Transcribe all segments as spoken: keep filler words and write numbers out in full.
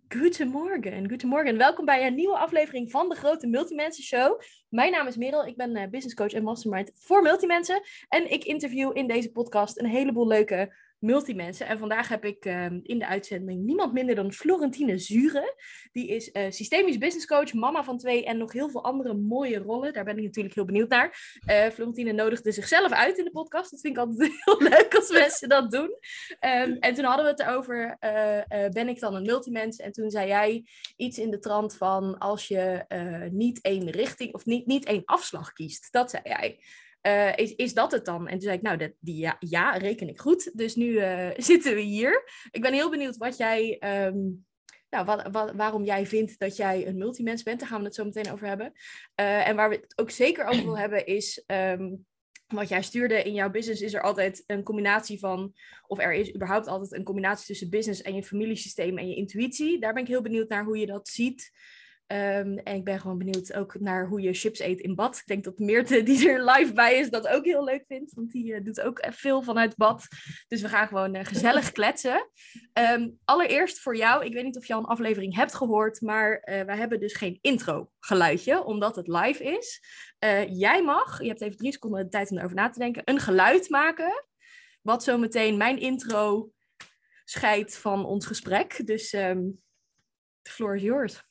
Goedemorgen, goedemorgen. Welkom bij een nieuwe aflevering van de Grote Multimensen Show. Mijn naam is Merel, ik ben uh, business coach en mastermind voor multimensen. En ik interview in deze podcast een heleboel leuke multimensen. En vandaag heb ik uh, in de uitzending niemand minder dan Florentine Zure. Die is uh, systemisch business coach, mama van twee en nog heel veel andere mooie rollen. Daar ben ik natuurlijk heel benieuwd naar. Uh, Florentine nodigde zichzelf uit in de podcast. Dat vind ik altijd heel leuk als mensen dat doen. Um, en toen hadden we het erover, uh, uh, ben ik dan een multimens? En toen zei jij iets in de trant van als je uh, niet één richting of niet, niet één afslag kiest. Dat zei jij. Uh, is, is dat het dan? En toen zei ik, nou, dat, die, ja, ja, reken ik goed. Dus nu uh, zitten we hier. Ik ben heel benieuwd wat jij, um, nou, wat, wat, waarom jij vindt dat jij een multimens bent. Daar gaan we het zo meteen over hebben. Uh, en waar we het ook zeker over willen hebben is, um, wat jij stuurde in jouw business is er altijd een combinatie van, of er is überhaupt altijd een combinatie tussen business en je familiesysteem en je intuïtie. Daar ben ik heel benieuwd naar hoe je dat ziet. Um, en ik ben gewoon benieuwd ook naar hoe je chips eet in bad. Ik denk dat Meerte, die er live bij is, dat ook heel leuk vindt. Want die uh, doet ook veel vanuit bad. Dus we gaan gewoon uh, gezellig kletsen. Um, allereerst voor jou, ik weet niet of je al een aflevering hebt gehoord, maar uh, wij hebben dus geen intro geluidje, omdat het live is. Uh, jij mag, je hebt even drie seconden de tijd om erover na te denken, een geluid maken, wat zo meteen mijn intro scheidt van ons gesprek. Dus um, the floor is yours.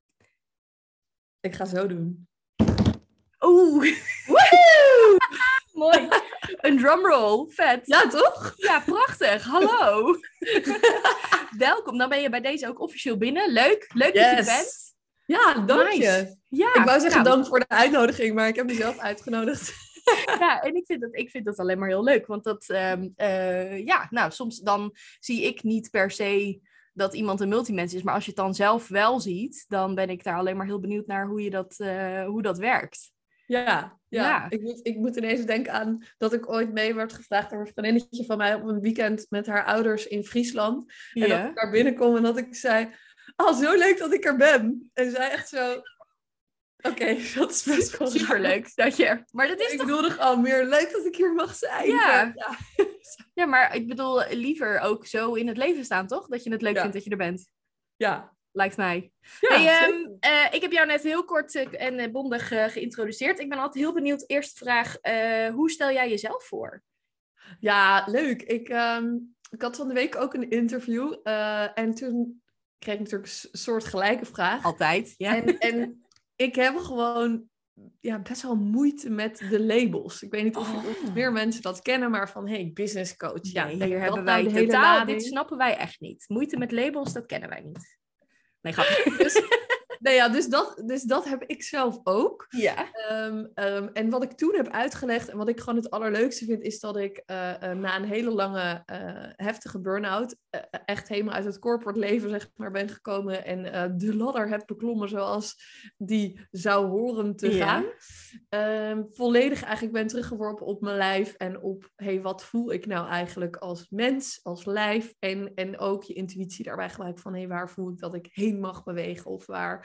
Ik ga zo doen. Oeh. Woehoe! Mooi. Een drumroll. Vet. Ja, toch? Ja, prachtig. Hallo. Welkom. Dan ben je bij deze ook officieel binnen. Leuk. Leuk yes. dat je er bent. Ja, dank je. Nice. Ja, ik wou zeggen nou. dank voor de uitnodiging, maar ik heb mezelf uitgenodigd. Ja, en ik vind, dat, ik vind dat alleen maar heel leuk. Want dat, um, uh, ja, nou, soms dan zie ik niet per se dat iemand een multimens is. Maar als je het dan zelf wel ziet, dan ben ik daar alleen maar heel benieuwd naar hoe, je dat, uh, hoe dat werkt. Ja, ja. ja. Ik, moet, ik moet ineens denken aan dat ik ooit mee werd gevraagd door een vriendinnetje van mij op een weekend met haar ouders in Friesland. En Ja. dat ik daar binnenkom en dat ik zei, oh, zo leuk dat ik er ben. En zij echt zo, oké, okay, dat is best wel superleuk. Dat je, maar dat is ik toch... bedoelde gewoon meer leuk dat ik hier mag zijn. Ja. ja. Ja, maar ik bedoel, liever ook zo in het leven staan, toch? Dat je het leuk ja. vindt dat je er bent. Ja. Lijkt mij. Ja, hey, um, uh, ik heb jou net heel kort uh, en uh, bondig uh, geïntroduceerd. Ik ben altijd heel benieuwd. Eerste vraag, uh, hoe stel jij jezelf voor? Ja, leuk. Ik, um, ik had van de week ook een interview. Uh, en toen kreeg ik natuurlijk een soort gelijke vraag. Altijd, ja. En, en ik heb gewoon ja, best wel moeite met de labels. Ik weet niet of, oh. of meer mensen dat kennen, maar van, hey, business coach. Ja, nee, hier hier hebben nou wij de hele totaal, lading. dit snappen wij echt niet. Moeite met labels, dat kennen wij niet. Nee, grapje. Dus, nee, ja, dus, dat, dus dat heb ik zelf ook. Ja. Um, um, en wat ik toen heb uitgelegd en wat ik gewoon het allerleukste vind, is dat ik uh, uh, na een hele lange uh, heftige burn-out uh, echt helemaal uit het corporate leven zeg maar, ben gekomen en uh, de ladder heb beklommen zoals die zou horen te ja. gaan. Um, volledig eigenlijk ben teruggeworpen op mijn lijf en op, hey, wat voel ik nou eigenlijk als mens, als lijf en, en ook je intuïtie daarbij gebruik van, hey, waar voel ik dat ik heen mag bewegen of waar...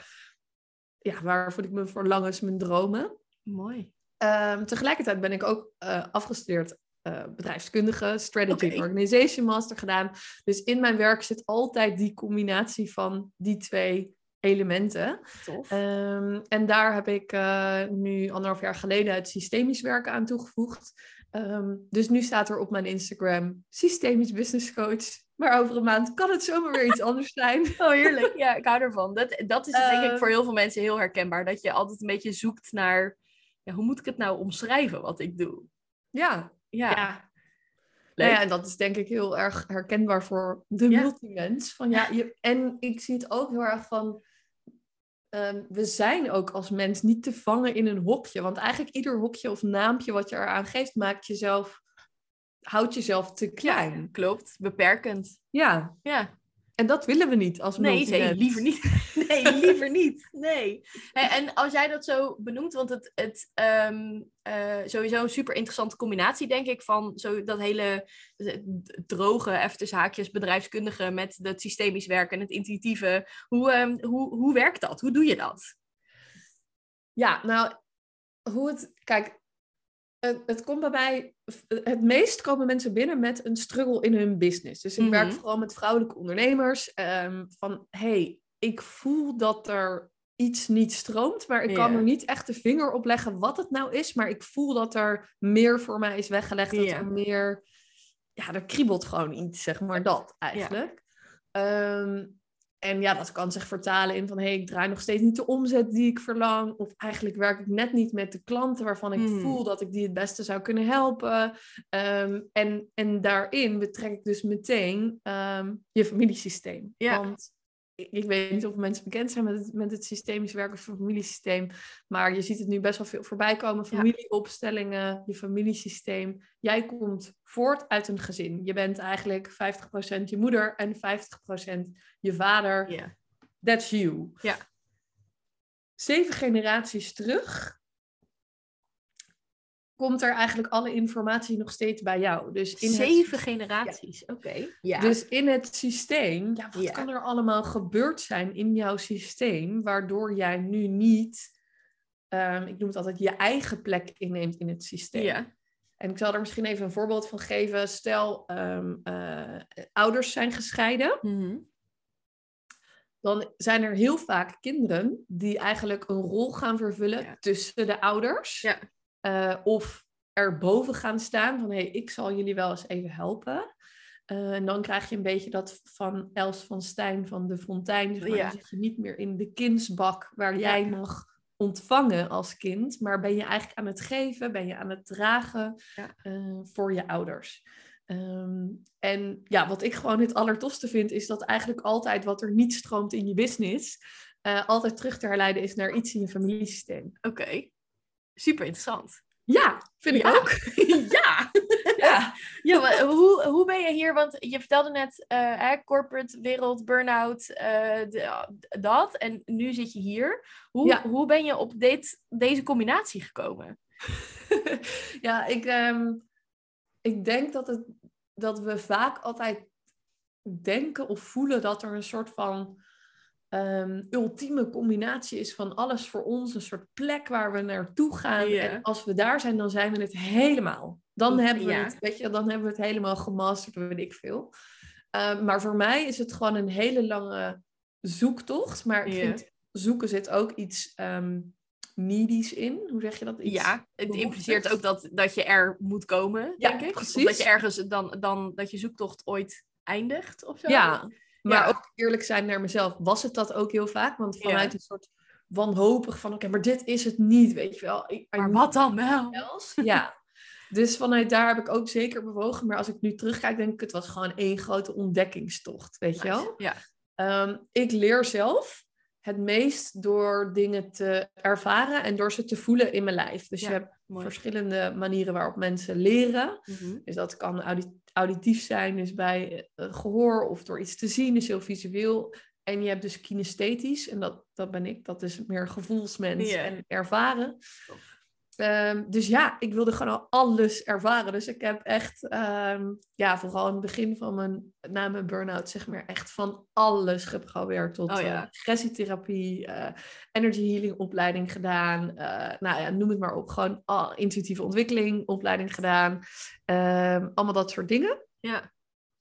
Ja, waar voel ik me verlangens, mijn dromen. Mooi. Um, tegelijkertijd ben ik ook uh, afgestudeerd uh, bedrijfskundige, Strategy okay. Organization Master gedaan. Dus in mijn werk zit altijd die combinatie van die twee elementen. Tof. Um, en daar heb ik uh, nu anderhalf jaar geleden het systemisch werken aan toegevoegd. Um, dus nu staat er op mijn Instagram systemisch business coach. Maar over een maand kan het zomaar weer iets anders zijn. Oh, heerlijk. Ja, ik hou ervan. Dat, dat is uh, denk ik voor heel veel mensen heel herkenbaar. Dat je altijd een beetje zoekt naar... Ja, hoe moet ik het nou omschrijven wat ik doe? Ja. Ja. ja. Nou ja, en dat is denk ik heel erg herkenbaar voor de ja. multimens. Van, ja, je, en ik zie het ook heel erg van... Um, we zijn ook als mens niet te vangen in een hokje. Want eigenlijk ieder hokje of naampje wat je eraan geeft... maakt jezelf... houdt jezelf te klein. Ja, klopt. Beperkend. Ja. Ja. En dat willen we niet als nee, multimens. Nee, liever niet. Nee, liever niet. Nee. Hey, en als jij dat zo benoemt, want het, het um, uh, sowieso een super interessante combinatie, denk ik, van zo dat hele droge, even tussen haakjes, bedrijfskundige met het systemisch werken en het intuïtieve. Hoe, um, hoe, hoe werkt dat? Hoe doe je dat? Ja, nou, hoe het... Kijk, het, het komt bij mij... Het meest komen mensen binnen met een struggle in hun business. Dus ik mm-hmm. werk vooral met vrouwelijke ondernemers. Um, van, hey, ik voel dat er iets niet stroomt, maar ik kan Ja. er niet echt de vinger op leggen wat het nou is, maar ik voel dat er meer voor mij is weggelegd, dat Ja. er meer, ja, er kriebelt gewoon iets, zeg maar, dat eigenlijk. Ja. Um, en ja, dat kan zich vertalen in van, hé, hey, ik draai nog steeds niet de omzet die ik verlang, of eigenlijk werk ik net niet met de klanten waarvan ik hmm. voel dat ik die het beste zou kunnen helpen. Um, en, en daarin betrek ik dus meteen um, je familiesysteem. Ja. Want ik weet niet of mensen bekend zijn met het, met het systemisch werken of familiesysteem. Maar je ziet het nu best wel veel voorbij komen. Familieopstellingen, je familiesysteem. Jij komt voort uit een gezin. Je bent eigenlijk vijftig procent je moeder en vijftig procent je vader. Yeah. That's you. Ja. Zeven generaties terug komt er eigenlijk alle informatie nog steeds bij jou. Dus in Zeven het... generaties, ja. Oké. Okay. Ja. Dus in het systeem, ja, wat ja. kan er allemaal gebeurd zijn in jouw systeem, waardoor jij nu niet, um, ik noem het altijd, je eigen plek inneemt in het systeem. Ja. En ik zal er misschien even een voorbeeld van geven. Stel, um, uh, ouders zijn gescheiden. Mm-hmm. Dan zijn er heel vaak kinderen die eigenlijk een rol gaan vervullen ja. tussen de ouders. Ja. Uh, of erboven gaan staan van, hé, hey, ik zal jullie wel eens even helpen. Uh, en dan krijg je een beetje dat van Els van Stijn van de Fontein. Dus maar ja. Dan zit je niet meer in de kindsbak waar jij ja. mag ontvangen als kind. Maar ben je eigenlijk aan het geven, ben je aan het dragen ja. uh, voor je ouders. Um, en ja, wat ik gewoon het allertofste vind, is dat eigenlijk altijd wat er niet stroomt in je business, uh, altijd terug te herleiden is naar iets in je familiesysteem. Oké. Okay. Super interessant. Ja, vind ik ja. ook. ja. ja. ja maar hoe, hoe ben je hier? Want je vertelde net uh, hè, corporate wereld, burn-out, uh, de, dat. En nu zit je hier. Hoe, ja. hoe ben je op dit, deze combinatie gekomen? ja, ik, um, ik denk dat, het, dat we vaak altijd denken of voelen dat er een soort van Um, ultieme combinatie is van alles voor ons. Een soort plek waar we naartoe gaan. Yeah. En als we daar zijn, dan zijn we het helemaal. Dan hebben we, ja. het, weet je, dan hebben we het helemaal gemasterd, weet ik veel. Um, maar voor mij is het gewoon een hele lange zoektocht. Maar ik yeah. vind, zoeken zit ook iets um, needies in. Hoe zeg je dat? Iets ja, het impliceert ook dat, dat je er moet komen, ja, denk ik. Precies. Of dat je ergens dan, dan dat je zoektocht ooit eindigt of zo. Ja, maar ja. ook eerlijk zijn naar mezelf, was het dat ook heel vaak? Want vanuit ja. een soort wanhopig van, oké, okay, maar dit is het niet, weet je wel. I, maar wat dan wel? Ja, dus vanuit daar heb ik ook zeker bewogen. Maar als ik nu terugkijk, denk ik, het was gewoon één grote ontdekkingstocht, weet nice. je wel. Ja. Um, ik leer zelf het meest door dingen te ervaren en door ze te voelen in mijn lijf. Dus ja, je hebt mooi. verschillende manieren waarop mensen leren. Mm-hmm. Dus dat kan audit- auditief zijn, dus bij uh, gehoor of door iets te zien, dus heel visueel. En je hebt dus kinesthetisch, en dat, dat ben ik, dat is meer gevoelsmens yeah. en ervaren. Um, dus ja, ik wilde gewoon al alles ervaren. Dus ik heb echt, um, ja, vooral in het begin van mijn, na mijn burn-out, zeg maar, echt van alles geprobeerd. Tot oh, ja. uh, regressietherapie, uh, energy healing opleiding gedaan. Uh, nou ja, noem het maar op. Gewoon uh, intuïtieve ontwikkeling opleiding gedaan. Um, allemaal dat soort dingen. Ja.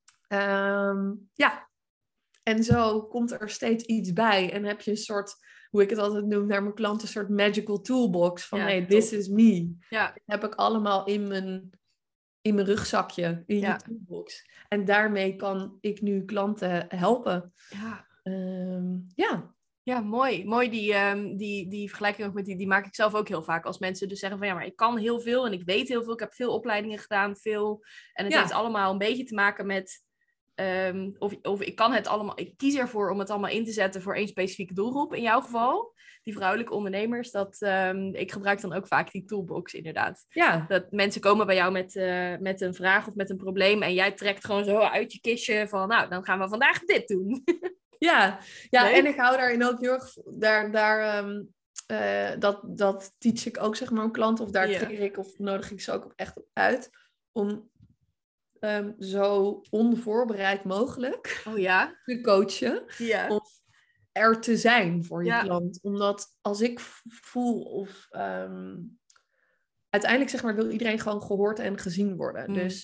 Um, ja. En zo komt er steeds iets bij. En heb je een soort, hoe ik het altijd noem, naar mijn klanten, een soort magical toolbox. Van, ja, hey, top. This is me. Ja. Dat heb ik allemaal in mijn, in mijn rugzakje, in ja. je toolbox. En daarmee kan ik nu klanten helpen. Ja. Um, ja. Ja, mooi. Mooi die, um, die, die vergelijking ook met die, die maak ik zelf ook heel vaak. Als mensen dus zeggen van, ja, maar ik kan heel veel en ik weet heel veel. Ik heb veel opleidingen gedaan, veel. En het ja. heeft allemaal een beetje te maken met... Um, of, of ik kan het allemaal, ik kies ervoor om het allemaal in te zetten voor één specifieke doelgroep. In jouw geval, die vrouwelijke ondernemers, dat um, ik gebruik dan ook vaak die toolbox inderdaad. Ja. Dat mensen komen bij jou met, uh, met een vraag of met een probleem en jij trekt gewoon zo uit je kistje van, nou, dan gaan we vandaag dit doen. Ja, ja en ik hou daarin ook heel erg, daar, daar, um, uh, dat, dat teach ik ook zeg maar een klant of daar yeah. trigger ik of nodig ik ze ook echt op uit om... Um, zo onvoorbereid mogelijk oh, ja? te coachen. Ja. Of er te zijn voor je ja. klant. Omdat als ik voel of... Um, uiteindelijk zeg maar wil iedereen gewoon gehoord en gezien worden. Mm. Dus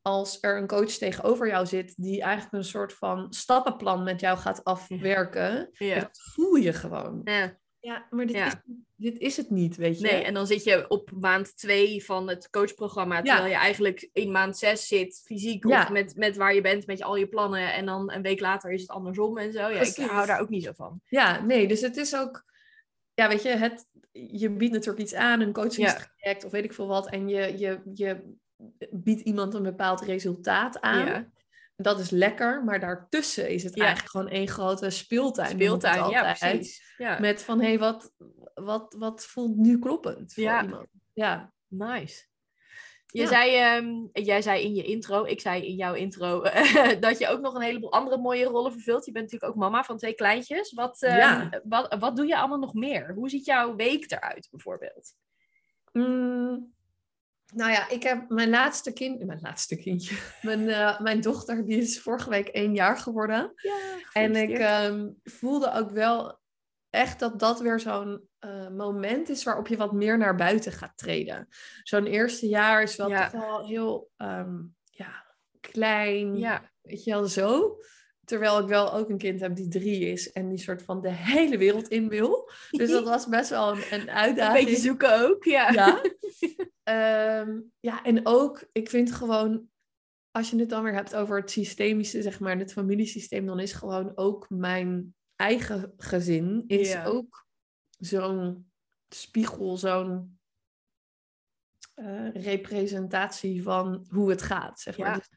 als er een coach tegenover jou zit die eigenlijk een soort van stappenplan met jou gaat afwerken, Ja. dat voel je gewoon. Ja, ja maar dit, ja. Is, dit is het niet, weet je. Nee, en dan zit je op maand twee van het coachprogramma, terwijl ja. je eigenlijk in maand zes zit, fysiek, ja. of met, met waar je bent, met je, al je plannen, en dan een week later is het andersom en zo. Ja, ik hou daar ook niet zo van. Ja, nee, dus het is ook, ja, weet je, het, je biedt natuurlijk iets aan, een coachingstraject, ja. of weet ik veel wat, en je, je, je biedt iemand een bepaald resultaat aan. Ja. Dat is lekker, maar daartussen is het ja. eigenlijk gewoon één grote speeltuin. Speeltuin, altijd, ja, precies. Ja. Met van, hé, hey, wat, wat, wat voelt nu kloppend voor ja. iemand? Ja, nice. Je ja. zei, um, jij zei in je intro, ik zei in jouw intro, uh, dat je ook nog een heleboel andere mooie rollen vervult. Je bent natuurlijk ook mama van twee kleintjes. Wat, um, ja. wat, wat doe je allemaal nog meer? Hoe ziet jouw week eruit, bijvoorbeeld? Mm. Nou ja, ik heb mijn laatste kind... Mijn laatste kindje. Mijn, uh, mijn dochter, die is vorige week één jaar geworden. Ja, en ik um, voelde ook wel echt dat dat weer zo'n uh, moment is waarop je wat meer naar buiten gaat treden. Zo'n eerste jaar is wel ja. toch wel heel um, ja, klein. Ja. Weet je wel, zo. Terwijl ik wel ook een kind heb die drie is en die soort van de hele wereld in wil. Dus dat was best wel een, een uitdaging. Een beetje zoeken ook, ja. Ja. Um, ja, en ook, ik vind gewoon, als je het dan weer hebt over het systemische, zeg maar, het familiesysteem, dan is gewoon ook mijn eigen gezin, is ja. ook zo'n spiegel, zo'n uh, representatie van hoe het gaat, zeg maar. Ja. Dus,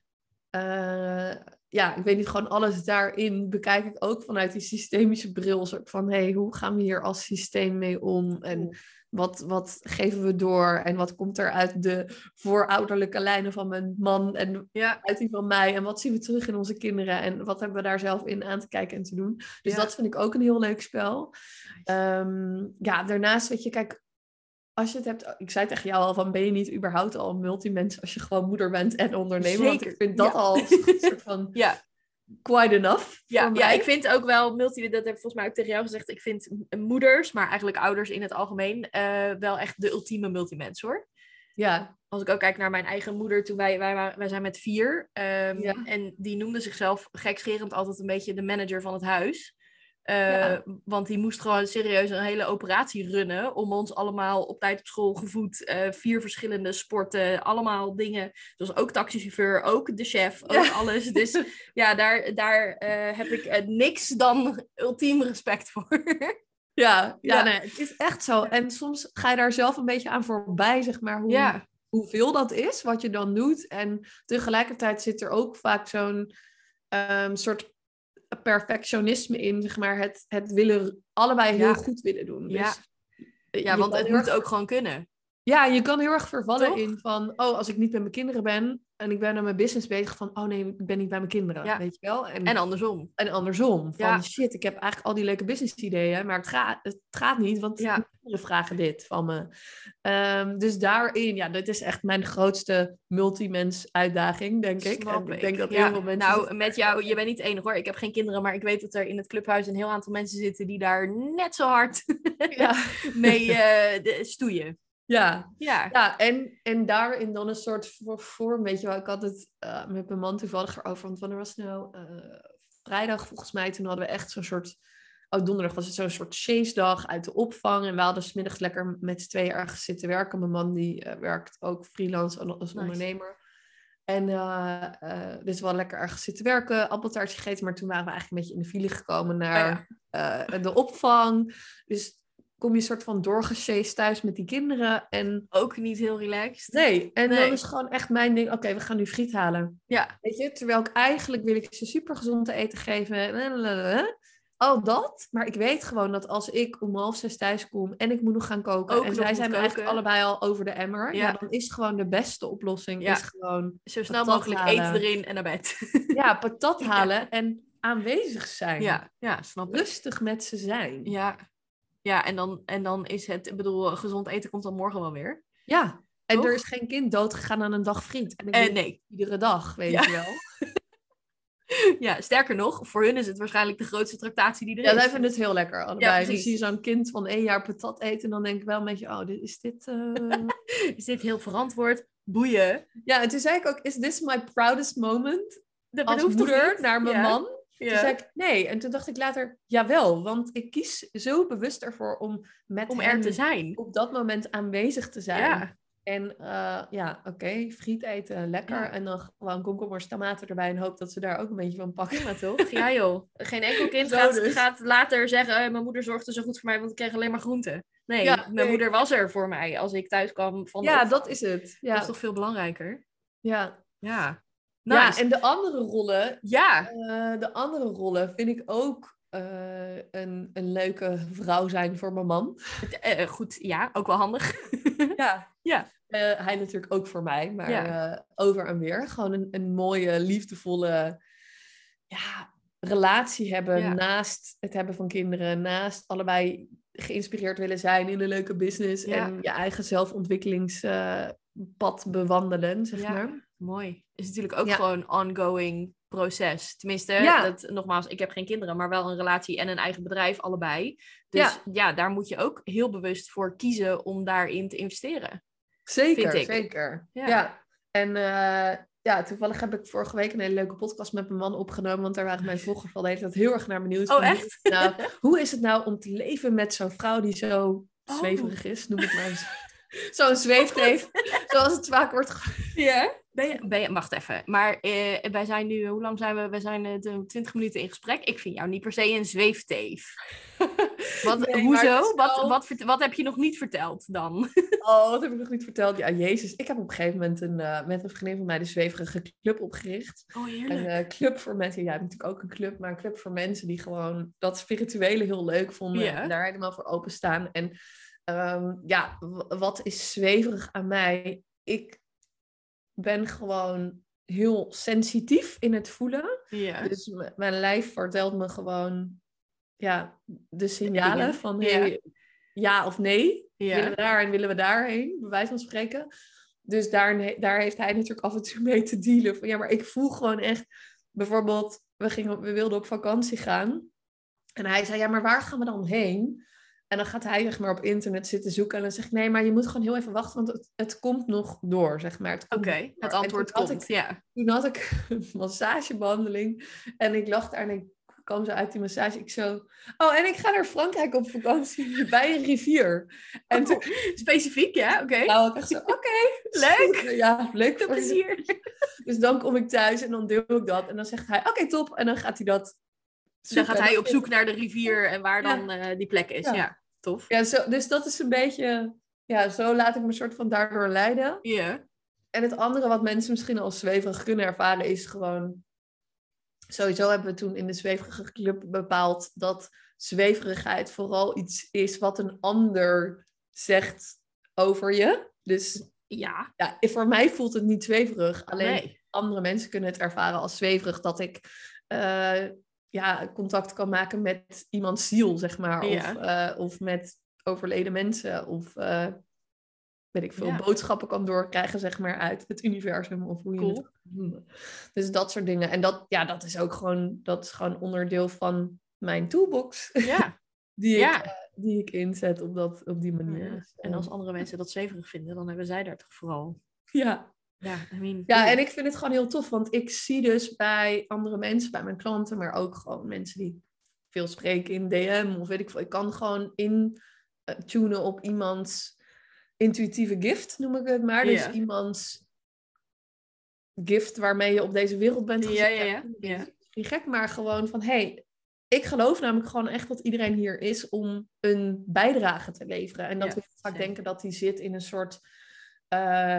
uh, ja, ik weet niet, gewoon alles daarin bekijk ik ook vanuit die systemische bril, soort van, hé, hey, hoe gaan we hier als systeem mee om? En Wat, wat geven we door en wat komt er uit de voorouderlijke lijnen van mijn man en ja. uit die van mij en wat zien we terug in onze kinderen en wat hebben we daar zelf in aan te kijken en te doen. Dus ja. dat vind ik ook een heel leuk spel. Nice. Um, ja, daarnaast weet je, kijk, als je het hebt, ik zei tegen jou al van, ben je niet überhaupt al een multimens als je gewoon moeder bent en ondernemer? Zeker. Want ik vind dat ja. al een soort van... ja. Quite enough. Ja, ja, ik vind ook wel, multi, dat heb ik volgens mij ook tegen jou gezegd, ik vind moeders, maar eigenlijk ouders in het algemeen, uh, wel echt de ultieme multimens, hoor. Ja. Als ik ook kijk naar mijn eigen moeder, toen wij, wij, waren, wij zijn met vier, um, ja. en die noemde zichzelf gekscherend altijd een beetje de manager van het huis. Uh, ja. Want die moest gewoon serieus een hele operatie runnen om ons allemaal op tijd op school gevoed. Uh, vier verschillende sporten, allemaal dingen. Dus ook taxichauffeur, ook de chef, ook ja. alles. Dus ja, daar, daar uh, heb ik uh, niks dan ultiem respect voor. Ja, ja, ja. Nee, het is echt zo. En soms ga je daar zelf een beetje aan voorbij, zeg maar, hoe, ja. hoeveel dat is, wat je dan doet. En tegelijkertijd zit er ook vaak zo'n um, soort perfectionisme in, zeg maar, het, het willen allebei heel ja. goed willen doen. Ja, dus ja want het moet erg... ook gewoon kunnen. Ja, je kan heel erg vervallen Toch? in van, oh, als ik niet met mijn kinderen ben en ik ben aan mijn business bezig, van, oh nee, ik ben niet bij mijn kinderen, ja. weet je wel? En, en andersom. En andersom. Van, ja. shit, ik heb eigenlijk al die leuke business ideeën, maar het, ga, het gaat niet, want ja. mijn kinderen vragen dit van me. Um, dus daarin, ja, dit is echt mijn grootste multimens uitdaging, denk ik. Snap en ik. ik denk dat ja. heel veel mensen... Nou, met jou, je bent niet de enige hoor. Ik heb geen kinderen, maar ik weet dat er in het clubhuis een heel aantal mensen zitten die daar net zo hard ja. mee uh, de, stoeien. Ja, ja. ja en, en daarin dan een soort vorm, weet je wel. Ik had het uh, met mijn man toevallig erover, want wanneer was het nou? Uh, vrijdag volgens mij, toen hadden we echt zo'n soort... Oh, donderdag was het zo'n soort chase-dag uit de opvang. En we hadden 's middags lekker met z'n tweeën ergens zitten werken. Mijn man die uh, werkt ook freelance als nice. ondernemer. En uh, uh, dus we hadden lekker ergens zitten werken, appeltaartje gegeten. Maar toen waren we eigenlijk een beetje in de file gekomen naar uh, uh, de opvang. Dus... kom je soort van doorgesjeest thuis met die kinderen. En... ook niet heel relaxed. Nee, en nee. dan is gewoon echt mijn ding... oké, okay, we gaan nu friet halen. Ja. Weet je, terwijl ik eigenlijk wil ik ze super gezond te eten geven. Al dat. Maar ik weet gewoon dat als ik om half zes thuis kom... en ik moet nog gaan koken... ook en zij zijn eigenlijk allebei al over de emmer... Ja. Ja, dan is gewoon de beste oplossing... Ja. is gewoon... zo snel mogelijk halen. Eten erin en naar bed. Ja, patat halen ja. en aanwezig zijn. Ja, ja snap ik. Rustig met ze zijn. Ja. Ja, en dan, en dan is het, ik bedoel, gezond eten komt dan morgen wel weer. Ja, en Toch? er is geen kind doodgegaan aan een dag friet. En ik uh, nee. Iedere dag, weet ja. je wel. Ja, sterker nog, voor hun is het waarschijnlijk de grootste tractatie die er ja, is. Ja, zij vinden het heel lekker allebei. Ja, dus zie je zo'n kind van één jaar patat eten... en dan denk ik wel een beetje, oh, dit, is dit... Uh... is dit heel verantwoord? boeien. Ja, en toen zei ik ook, is this my proudest moment? Dat Als hoeft moeder toch niet? naar mijn Ja. man? Ja. Toen zei ik, nee. En toen dacht ik later, jawel. Want ik kies zo bewust ervoor om met Om hem er te zijn. op dat moment aanwezig te zijn. Ja. En uh, ja, oké, okay, friet eten, lekker. Ja. En dan gewoon komkommers, tomaten erbij en hoop dat ze daar ook een beetje van pakken. Ja, toch? Ja joh. Geen enkel kind Zo gaat, dus. gaat later zeggen, eh, mijn moeder zorgde zo goed voor mij, want ik kreeg alleen maar groenten. Nee, Ja, mijn nee. moeder was er voor mij als ik thuis kwam van de Ja, opvang. dat is het. Ja. Dat is toch veel belangrijker? Ja. Ja. Nice. Ja, en de andere rollen, Ja. uh, de andere rollen vind ik ook uh, een, een leuke vrouw zijn voor mijn man. Uh, goed, ja, ook wel handig. Ja. Ja. Uh, hij natuurlijk ook voor mij, maar ja. uh, over en weer. Gewoon een, een mooie, liefdevolle ja, relatie hebben ja. naast het hebben van kinderen. Naast allebei geïnspireerd willen zijn in een leuke business. Ja. En je eigen zelfontwikkelingspad uh, bewandelen, zeg ja. maar. Mooi. Het is natuurlijk ook ja. gewoon ongoing proces. Tenminste, ja. dat, nogmaals, ik heb geen kinderen, maar wel een relatie en een eigen bedrijf, allebei. Dus ja, ja daar moet je ook heel bewust voor kiezen om daarin te investeren. Zeker, vind ik. zeker. Ja. ja. En uh, ja, toevallig heb ik vorige week een hele leuke podcast met mijn man opgenomen, want daar waren mijn volgers wel de hele tijd heel erg naar benieuwd. Oh, van, echt? Nou, hoe is het nou om te leven met zo'n vrouw die zo oh. zweverig is, noem het maar eens. Zo'n zweefteef, zoals het vaak wordt ge- Ja. Ben je, ben je, wacht even, maar uh, wij zijn nu, hoe lang zijn we? We zijn uh, twintig minuten in gesprek. Ik vind jou niet per se een zweefteef. Wat, nee, hoezo? wel... Wat, wat, wat, wat heb je nog niet verteld dan? Oh, wat heb ik nog niet verteld? Ja, jezus. Ik heb op een gegeven moment een, uh, met een vriendin van mij de zweverige club opgericht. Oh, heerlijk. Een uh, club voor mensen, ja, natuurlijk ook een club, maar een club voor mensen die gewoon dat spirituele heel leuk vonden. Ja. En daar helemaal voor openstaan. En um, ja, w- wat is zweverig aan mij? Ik ben gewoon heel sensitief in het voelen. Ja. Dus m- mijn lijf vertelt me gewoon ja, de signalen Dingen. van hey, Ja. ja of nee. Ja. Willen we daar en willen we daarheen, bij wijze van spreken. Dus daar, daar heeft hij natuurlijk af en toe mee te dealen. Van, ja, maar ik voel gewoon echt... Bijvoorbeeld, we, gingen, we wilden op vakantie gaan. En hij zei, ja, maar waar gaan we dan heen? En dan gaat hij zeg maar op internet zitten zoeken. En dan zeg ik, nee, maar je moet gewoon heel even wachten. Want het, het komt nog door, zeg maar. Oké, okay, het antwoord komt, ik, ja. Toen had ik een massagebehandeling. En ik lag daar en ik kwam zo uit die massage. Ik zo, oh, en ik ga naar Frankrijk op vakantie bij een rivier. En oh, toen, specifiek, ja, oké. Okay. Nou, ik echt zo, oké. Okay, leuk. Ja, leuk. Veel plezier. Dus dan kom ik thuis en dan deel ik dat. En dan zegt hij, oké, okay, top. En dan gaat hij dat zoeken. Dan gaat hij op zoek naar de rivier en waar dan ja. uh, die plek is. Ja, ja tof. Ja, zo, dus dat is een beetje... Ja, zo laat ik me soort van daardoor leiden. Ja. Yeah. En het andere wat mensen misschien als zweverig kunnen ervaren is gewoon... Sowieso hebben we toen in de zweverige club bepaald dat zweverigheid vooral iets is wat een ander zegt over je. Dus ja, ja voor mij voelt het niet zweverig. Alleen nee. andere mensen kunnen het ervaren als zweverig dat ik uh, ja, contact kan maken met iemands ziel, zeg maar. Ja. Of, uh, of met overleden mensen. Of uh, weet ik veel, ja. boodschappen kan doorkrijgen, zeg maar, uit het universum. Of hoe je cool. het noemen. Dus dat soort dingen. En dat, ja, dat is ook gewoon, dat is gewoon onderdeel van mijn toolbox. Ja. die, ja. ik, uh, die ik inzet op, dat, op die manier. Ja. Dus, en als andere mensen dat zweverig vinden, dan hebben zij daar toch vooral... Ja. Ja, I mean, ja, en ik vind het gewoon heel tof, want ik zie dus bij andere mensen, bij mijn klanten, maar ook gewoon mensen die veel spreken in D M of weet ik veel. Ik kan gewoon in uh, tunen op iemands intuïtieve gift, noem ik het maar. Dus ja. iemands gift waarmee je op deze wereld bent gezet. Ja, ja, ja. ja. Niet gek, maar gewoon van, hey, ik geloof namelijk gewoon echt dat iedereen hier is om een bijdrage te leveren. En dat ja, we vaak zeker. denken dat die zit in een soort uh,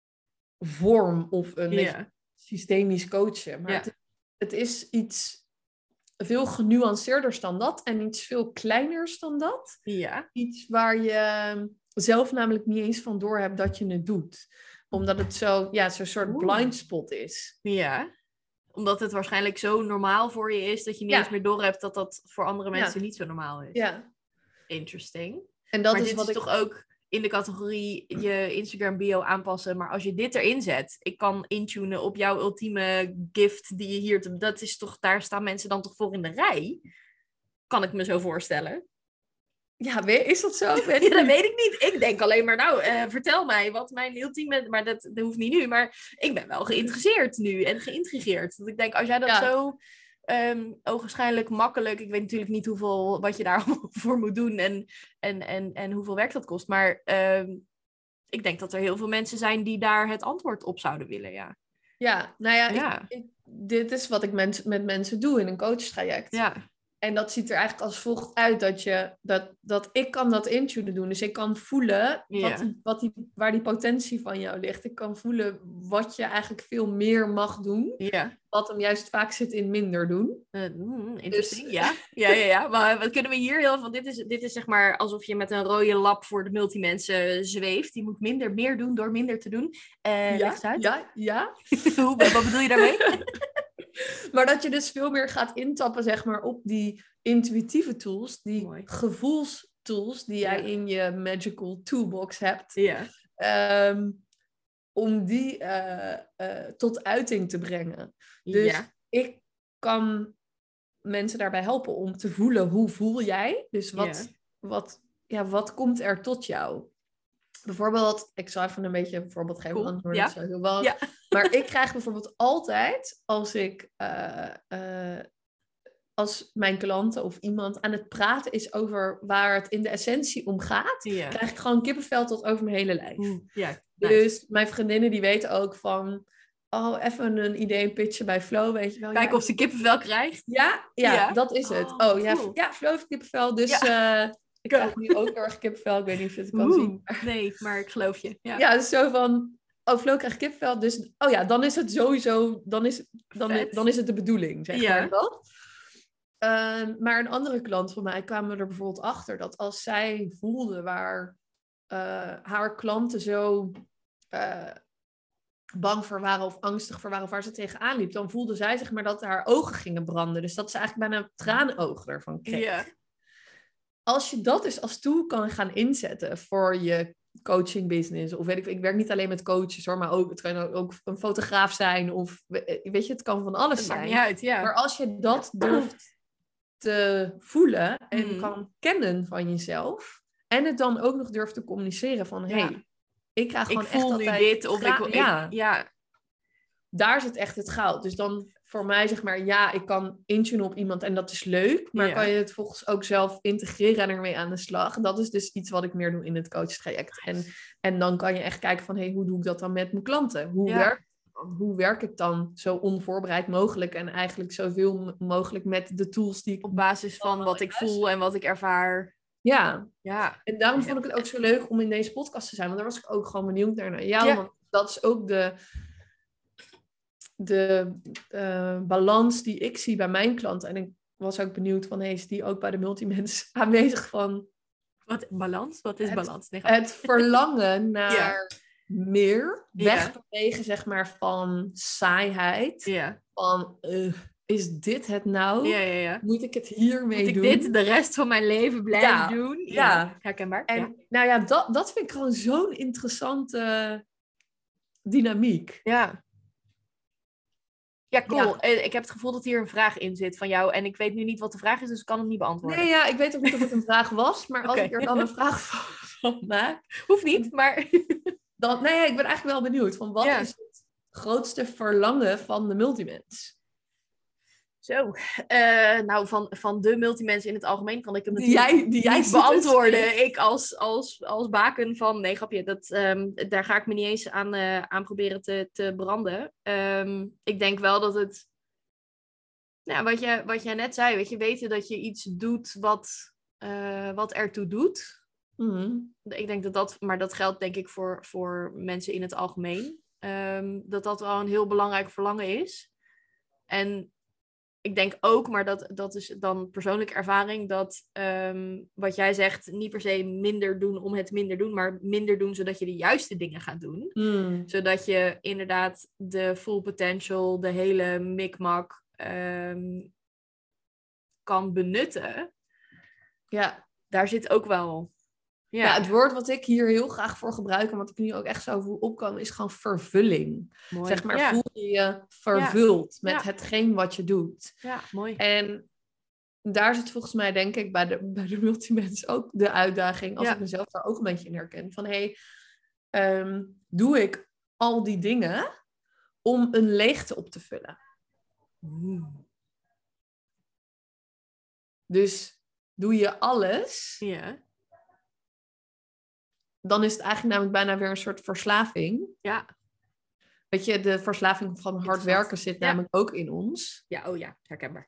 vorm of een ja. systemisch coachen. Maar ja. het, het is iets veel genuanceerders dan dat en iets veel kleiners dan dat. Ja. Iets waar je zelf namelijk niet eens van door hebt dat je het doet. Omdat het zo, ja, zo'n soort Oeh. blind spot is. Ja. Omdat het waarschijnlijk zo normaal voor je is dat je niet ja. eens meer door hebt dat dat voor andere mensen ja. niet zo normaal is. Ja. Interesting. En dat maar is dit wat is ik... toch ook in de categorie je Instagram bio aanpassen. Maar als je dit erin zet, ik kan intunen op jouw ultieme gift die je hier... Dat is toch, daar staan mensen dan toch voor in de rij? Kan ik me zo voorstellen. Ja, is dat zo? Ja, dat weet ik niet. Ik denk alleen maar, nou, uh, vertel mij wat mijn ultieme... Maar dat, dat hoeft niet nu. Maar ik ben wel geïnteresseerd nu en geïntrigeerd. Dat ik denk, als jij dat ja. zo um, ogenschijnlijk makkelijk... Ik weet natuurlijk niet hoeveel, wat je daar voor moet doen en, en, en, en hoeveel werk dat kost. Maar um, ik denk dat er heel veel mensen zijn die daar het antwoord op zouden willen, ja. Ja, nou ja, ja. Ik, ik, dit is wat ik mens, met mensen doe in een coachtraject. Ja. En dat ziet er eigenlijk als volgt uit dat je dat, dat ik kan dat intunen doen. Dus ik kan voelen Ja. wat die, wat die, waar die potentie van jou ligt. Ik kan voelen wat je eigenlijk veel meer mag doen. Ja. Wat hem juist vaak zit in minder doen. Uh, mm, interessant, dus, ja. ja. Ja, ja, maar wat kunnen we hier heel van? Dit is, dit is zeg maar alsof je met een rode lap voor de multimensen zweeft. Die moet minder meer doen door minder te doen. Uh, ja, ja, ja. Wat bedoel je daarmee? Maar dat je dus veel meer gaat intappen, zeg maar, op die intuïtieve tools, die Mooi. gevoelstools die jij ja. in je magical toolbox hebt. Ja. Um, om die uh, uh, tot uiting te brengen. Dus ja. ik kan mensen daarbij helpen om te voelen, hoe voel jij? Dus wat, ja. Wat, ja, wat komt er tot jou? Bijvoorbeeld, ik zal even een beetje een voorbeeld geven, cool. anders ja. het zo heel wel. Ja. Maar ik krijg bijvoorbeeld altijd, als ik, uh, uh, als mijn klanten of iemand aan het praten is over waar het in de essentie om gaat, ja. krijg ik gewoon kippenvel tot over mijn hele lijf. Oeh, ja, nice. Dus nice. mijn vriendinnen die weten ook van, oh, even een idee pitchen bij Flo, weet je wel. Kijken ja. of ze kippenvel krijgt. Ja, ja, ja. dat is het. Oh, oh ja, cool. ja, Flo heeft kippenvel, dus... Ja. Uh, Ik krijg nu ook heel erg kippenvel. Ik weet niet of je het kan Oeh, zien. Nee, maar ik geloof je. Ja, ja dus zo van... Oh, Flo krijgt kippenvel. Dus oh ja, dan is het sowieso... Dan is, dan, is, dan is het de bedoeling, zeg ja. maar. Dat. Uh, maar een andere klant van mij kwamen er bijvoorbeeld achter... dat als zij voelde waar uh, haar klanten zo... Uh, bang voor waren of angstig voor waren of waar ze tegenaan liep... dan voelde zij zeg maar dat haar ogen gingen branden. Dus dat ze eigenlijk bijna tranenogen ervan kreeg. Ja. Als je dat dus als tool kan gaan inzetten voor je coaching business, of weet ik, ik werk niet alleen met coaches hoor, maar ook, het kan ook een fotograaf zijn, of weet je, het kan van alles het zijn. Maakt niet uit, ja. Maar als je dat durft te voelen en mm. kan kennen van jezelf, en het dan ook nog durft te communiceren van, hé, ja. hey, ik ga gewoon ik voel echt nu dit, of gra- ik, ja. ik, ja. Daar zit echt het goud. Dus dan voor mij zeg maar, ja, ik kan intunen op iemand en dat is leuk. Maar ja. kan je het volgens ook zelf integreren en ermee aan de slag? Dat is dus iets wat ik meer doe in het coachtraject. En, en dan kan je echt kijken van, hé, hey, hoe doe ik dat dan met mijn klanten? Hoe, ja. werk, hoe werk ik dan zo onvoorbereid mogelijk en eigenlijk zoveel mogelijk met de tools die ik... Op basis van wat ik voel en wat ik ervaar. Ja. ja. En daarom ja. vond ik het ook zo leuk om in deze podcast te zijn. Want daar was ik ook gewoon benieuwd naar. Ja, ja. want dat is ook de... de uh, balans die ik zie bij mijn klanten. En ik was ook benieuwd van, hey, is die ook bij de multimens aanwezig van... Wat, balans? Wat is het, balans? Nee, het verlangen naar ja. meer. Wegbewegen, ja. zeg maar, van saaiheid. Ja. Van, uh, is dit het nou? Ja, ja, ja. Moet ik het hiermee Moet doen? Moet ik dit de rest van mijn leven blijven ja. doen? Ja. ja. Herkenbaar. En ja. nou ja, dat, dat vind ik gewoon zo'n interessante dynamiek. Ja. Ja, cool. Ja. Ik heb het gevoel dat hier een vraag in zit van jou. En ik weet nu niet wat de vraag is, dus ik kan hem niet beantwoorden. Nee, ja, ik weet ook niet of het een vraag was. Maar als okay. ik er dan een vraag van, van maak... Hoeft niet, maar... dan, nee, ik ben eigenlijk wel benieuwd. Van wat ja. is het grootste verlangen van de multimens? Zo. Uh, nou, van, van de multimens in het algemeen kan ik hem natuurlijk die jij, die jij niet beantwoorden. Ik als, als, als baken van... Nee, grapje. Dat, um, daar ga ik me niet eens aan, uh, aan proberen te, te branden. Um, ik denk wel dat het... Nou, wat, je, wat jij net zei. Weet je, weten dat je iets doet wat, uh, wat ertoe doet. Mm-hmm. Ik denk dat dat... Maar dat geldt denk ik voor, voor mensen in het algemeen. Um, dat dat wel een heel belangrijk verlangen is. En... Ik denk ook, maar dat, dat is dan persoonlijke ervaring, dat um, wat jij zegt, niet per se minder doen om het minder doen, maar minder doen zodat je de juiste dingen gaat doen. Mm. Zodat je inderdaad de full potential, de hele mikmak um, kan benutten. Ja. Daar zit ook wel... Ja. ja, het woord wat ik hier heel graag voor gebruik en wat ik nu ook echt zo voel opkomen, is gewoon vervulling. Mooi. Zeg maar, ja. voel je je vervuld ja. met ja. hetgeen wat je doet. Ja, mooi. En daar zit volgens mij, denk ik, bij de, bij de multimens ook de uitdaging. Als Ja. ik mezelf daar ook een beetje in herken. Van, hé, hey, um, doe ik al die dingen om een leegte op te vullen? Mm. Dus doe je alles... Ja. Dan is het eigenlijk namelijk bijna weer een soort verslaving. Ja. Weet je, de verslaving van hard werken zit ja. namelijk ook in ons. Ja, oh ja, herkenbaar.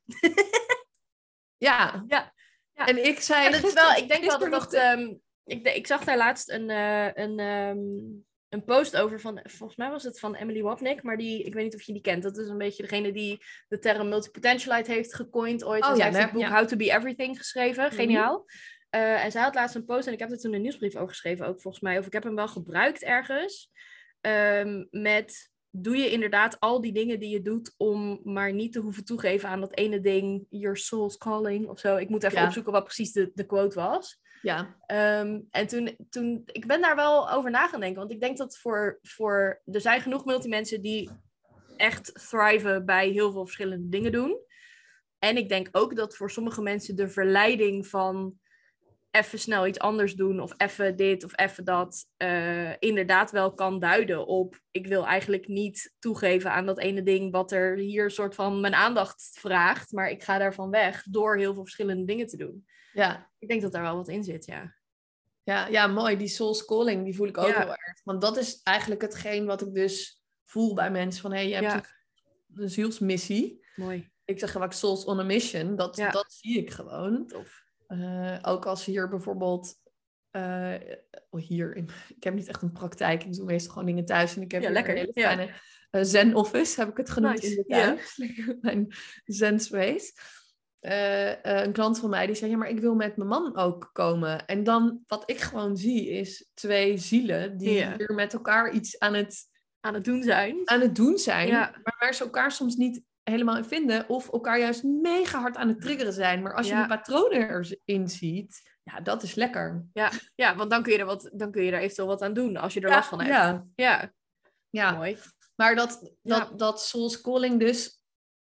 ja. ja. Ja. En ik zei... Ja, dat gisteren, wel, ik denk wel dat dat... De... Um, ik, ik zag daar laatst een, uh, een, um, een post over van... Volgens mij was het van Emily Wapnick, maar die, ik weet niet of je die kent. Dat is een beetje degene die de term multipotentialite heeft gecoind ooit. Oh, en ja, zij heeft nee, het boek ja. How to be Everything geschreven. Mm-hmm. Geniaal. Uh, en zij had laatst een post en ik heb er toen een nieuwsbrief over geschreven ook volgens mij. Of ik heb hem wel gebruikt ergens. Um, met... Doe je inderdaad al die dingen die je doet om maar niet te hoeven toegeven aan dat ene ding, your soul's calling of zo. Ik moet even ja. opzoeken wat precies de, de quote was. Ja. Um, en toen, toen, ik ben daar wel over na gaan denken, want ik denk dat voor, voor er zijn genoeg multimensen die echt thriven bij heel veel verschillende dingen doen. En ik denk ook dat voor sommige mensen de verleiding van even snel iets anders doen of even dit of even dat uh, inderdaad wel kan duiden op ik wil eigenlijk niet toegeven aan dat ene ding wat er hier soort van mijn aandacht vraagt, maar ik ga daarvan weg door heel veel verschillende dingen te doen. Ja. Ik denk dat daar wel wat in zit, ja. Ja, ja, mooi. Die soul's calling, die voel ik ook ja. heel erg. Want dat is eigenlijk hetgeen wat ik dus voel bij mensen van hé, hey, je hebt ja. een zielsmissie. Mooi. Ik zeg vaak souls on a mission. Dat, ja. dat zie ik gewoon. Tof. Uh, ook als hier bijvoorbeeld uh, hier in, ik heb niet echt een praktijk, ik doe meestal gewoon dingen thuis en ik heb ja, hier lekker. een hele ja. fijne uh, zen office, heb ik het genoemd nice. in de tuin. Ja. Mijn zen space. Uh, uh, een klant van mij die zei, ja, maar ik wil met mijn man ook komen. En dan wat ik gewoon zie is twee zielen die ja. hier met elkaar iets aan het aan het doen zijn, aan het doen zijn, ja. maar waar ze elkaar soms niet helemaal in vinden of elkaar juist mega hard aan het triggeren zijn. Maar als je ja. die patronen erin ziet, ja, dat is lekker. Ja, ja, want dan kun je er wat, dan kun je er eventueel wat aan doen als je er ja, last van hebt. Ja. Ja. Ja. Mooi. Maar dat, dat, ja. dat soul's calling dus,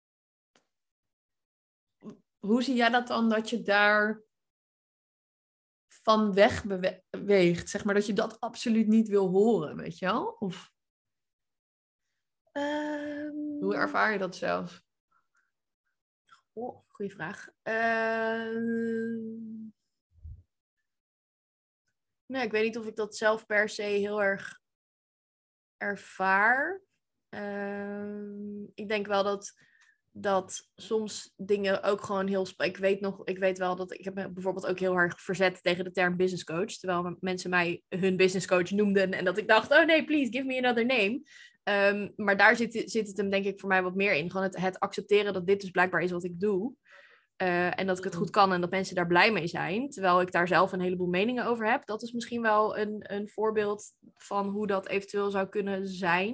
hoe zie jij dat dan dat je daar van weg beweegt? Zeg maar dat je dat absoluut niet wil horen, weet je wel? Of Um... hoe ervaar je dat zelf? Oh, goeie vraag. Uh... Nee, ik weet niet of ik dat zelf per se heel erg ervaar. Uh... Ik denk wel dat, dat soms dingen ook gewoon heel... Sp- ik weet nog, ik weet wel dat... Ik heb me bijvoorbeeld ook heel erg verzet tegen de term business coach. Terwijl mensen mij hun business coach noemden. En dat ik dacht, oh nee, please, give me another name. Um, maar daar zit, zit het hem denk ik voor mij wat meer in. Gewoon het, het accepteren dat dit dus blijkbaar is wat ik doe. Uh, en dat ik het goed kan en dat mensen daar blij mee zijn. Terwijl ik daar zelf een heleboel meningen over heb. Dat is misschien wel een, een voorbeeld van hoe dat eventueel zou kunnen zijn.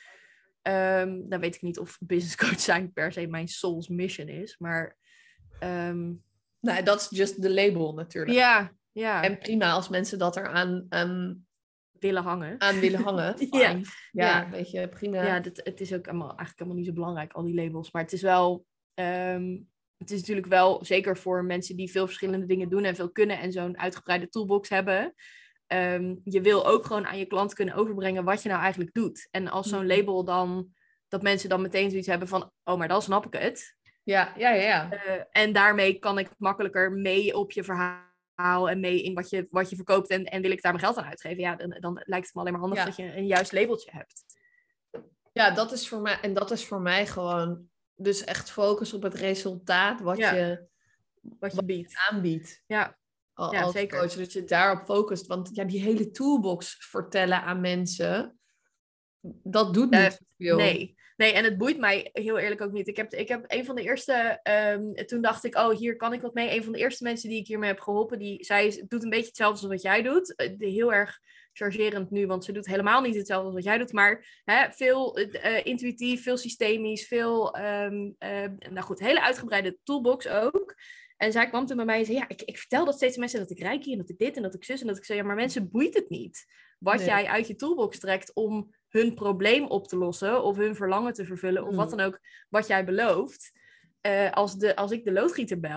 Um, dan weet ik niet of business coach zijn per se mijn soul's mission is. Maar... Um... Nou, dat is just the label natuurlijk. Ja, ja. En prima als mensen dat eraan... Um... willen hangen. Aan willen hangen. ja. ja, ja, weet je, prima. Ja, dit, het is ook allemaal, eigenlijk helemaal niet zo belangrijk, al die labels. Maar het is wel, um, het is natuurlijk wel, zeker voor mensen die veel verschillende dingen doen en veel kunnen en zo'n uitgebreide toolbox hebben. Um, je wil ook gewoon aan je klant kunnen overbrengen wat je nou eigenlijk doet. En als zo'n label dan, dat mensen dan meteen zoiets hebben van, oh, maar dan snap ik het. Ja, ja, ja. ja. Uh, en daarmee kan ik makkelijker mee op je verhaal en mee in wat je, wat je verkoopt en, en wil ik daar mijn geld aan uitgeven, ja, dan, dan lijkt het me alleen maar handig ja. dat je een juist labeltje hebt. Ja, dat is voor mij, en dat is voor mij gewoon, dus echt focus op het resultaat wat, ja. je, wat je biedt. aanbiedt. Ja, als ja zeker. Coach, dat je daarop focust, want ja, die hele toolbox vertellen aan mensen, dat doet niet uh, veel. Nee. Nee, en het boeit mij heel eerlijk ook niet. Ik heb, ik heb een van de eerste... Um, toen dacht ik, oh, hier kan ik wat mee. Een van de eerste mensen die ik hiermee heb geholpen... die zei, het doet een beetje hetzelfde als wat jij doet. Uh, heel erg chargerend nu, want ze doet helemaal niet hetzelfde als wat jij doet. Maar hè, veel uh, intuïtief, veel systemisch, veel... Um, uh, nou goed, hele uitgebreide toolbox ook. En zij kwam toen bij mij en zei... Ja, ik, ik vertel dat steeds mensen dat ik Reiki en dat ik dit en dat ik zus... en dat ik zei, ja, maar mensen boeit het niet. Wat nee. jij uit je toolbox trekt om... hun probleem op te lossen of hun verlangen te vervullen of mm. wat dan ook wat jij belooft. Uh, als, de, als ik de loodgieter bel,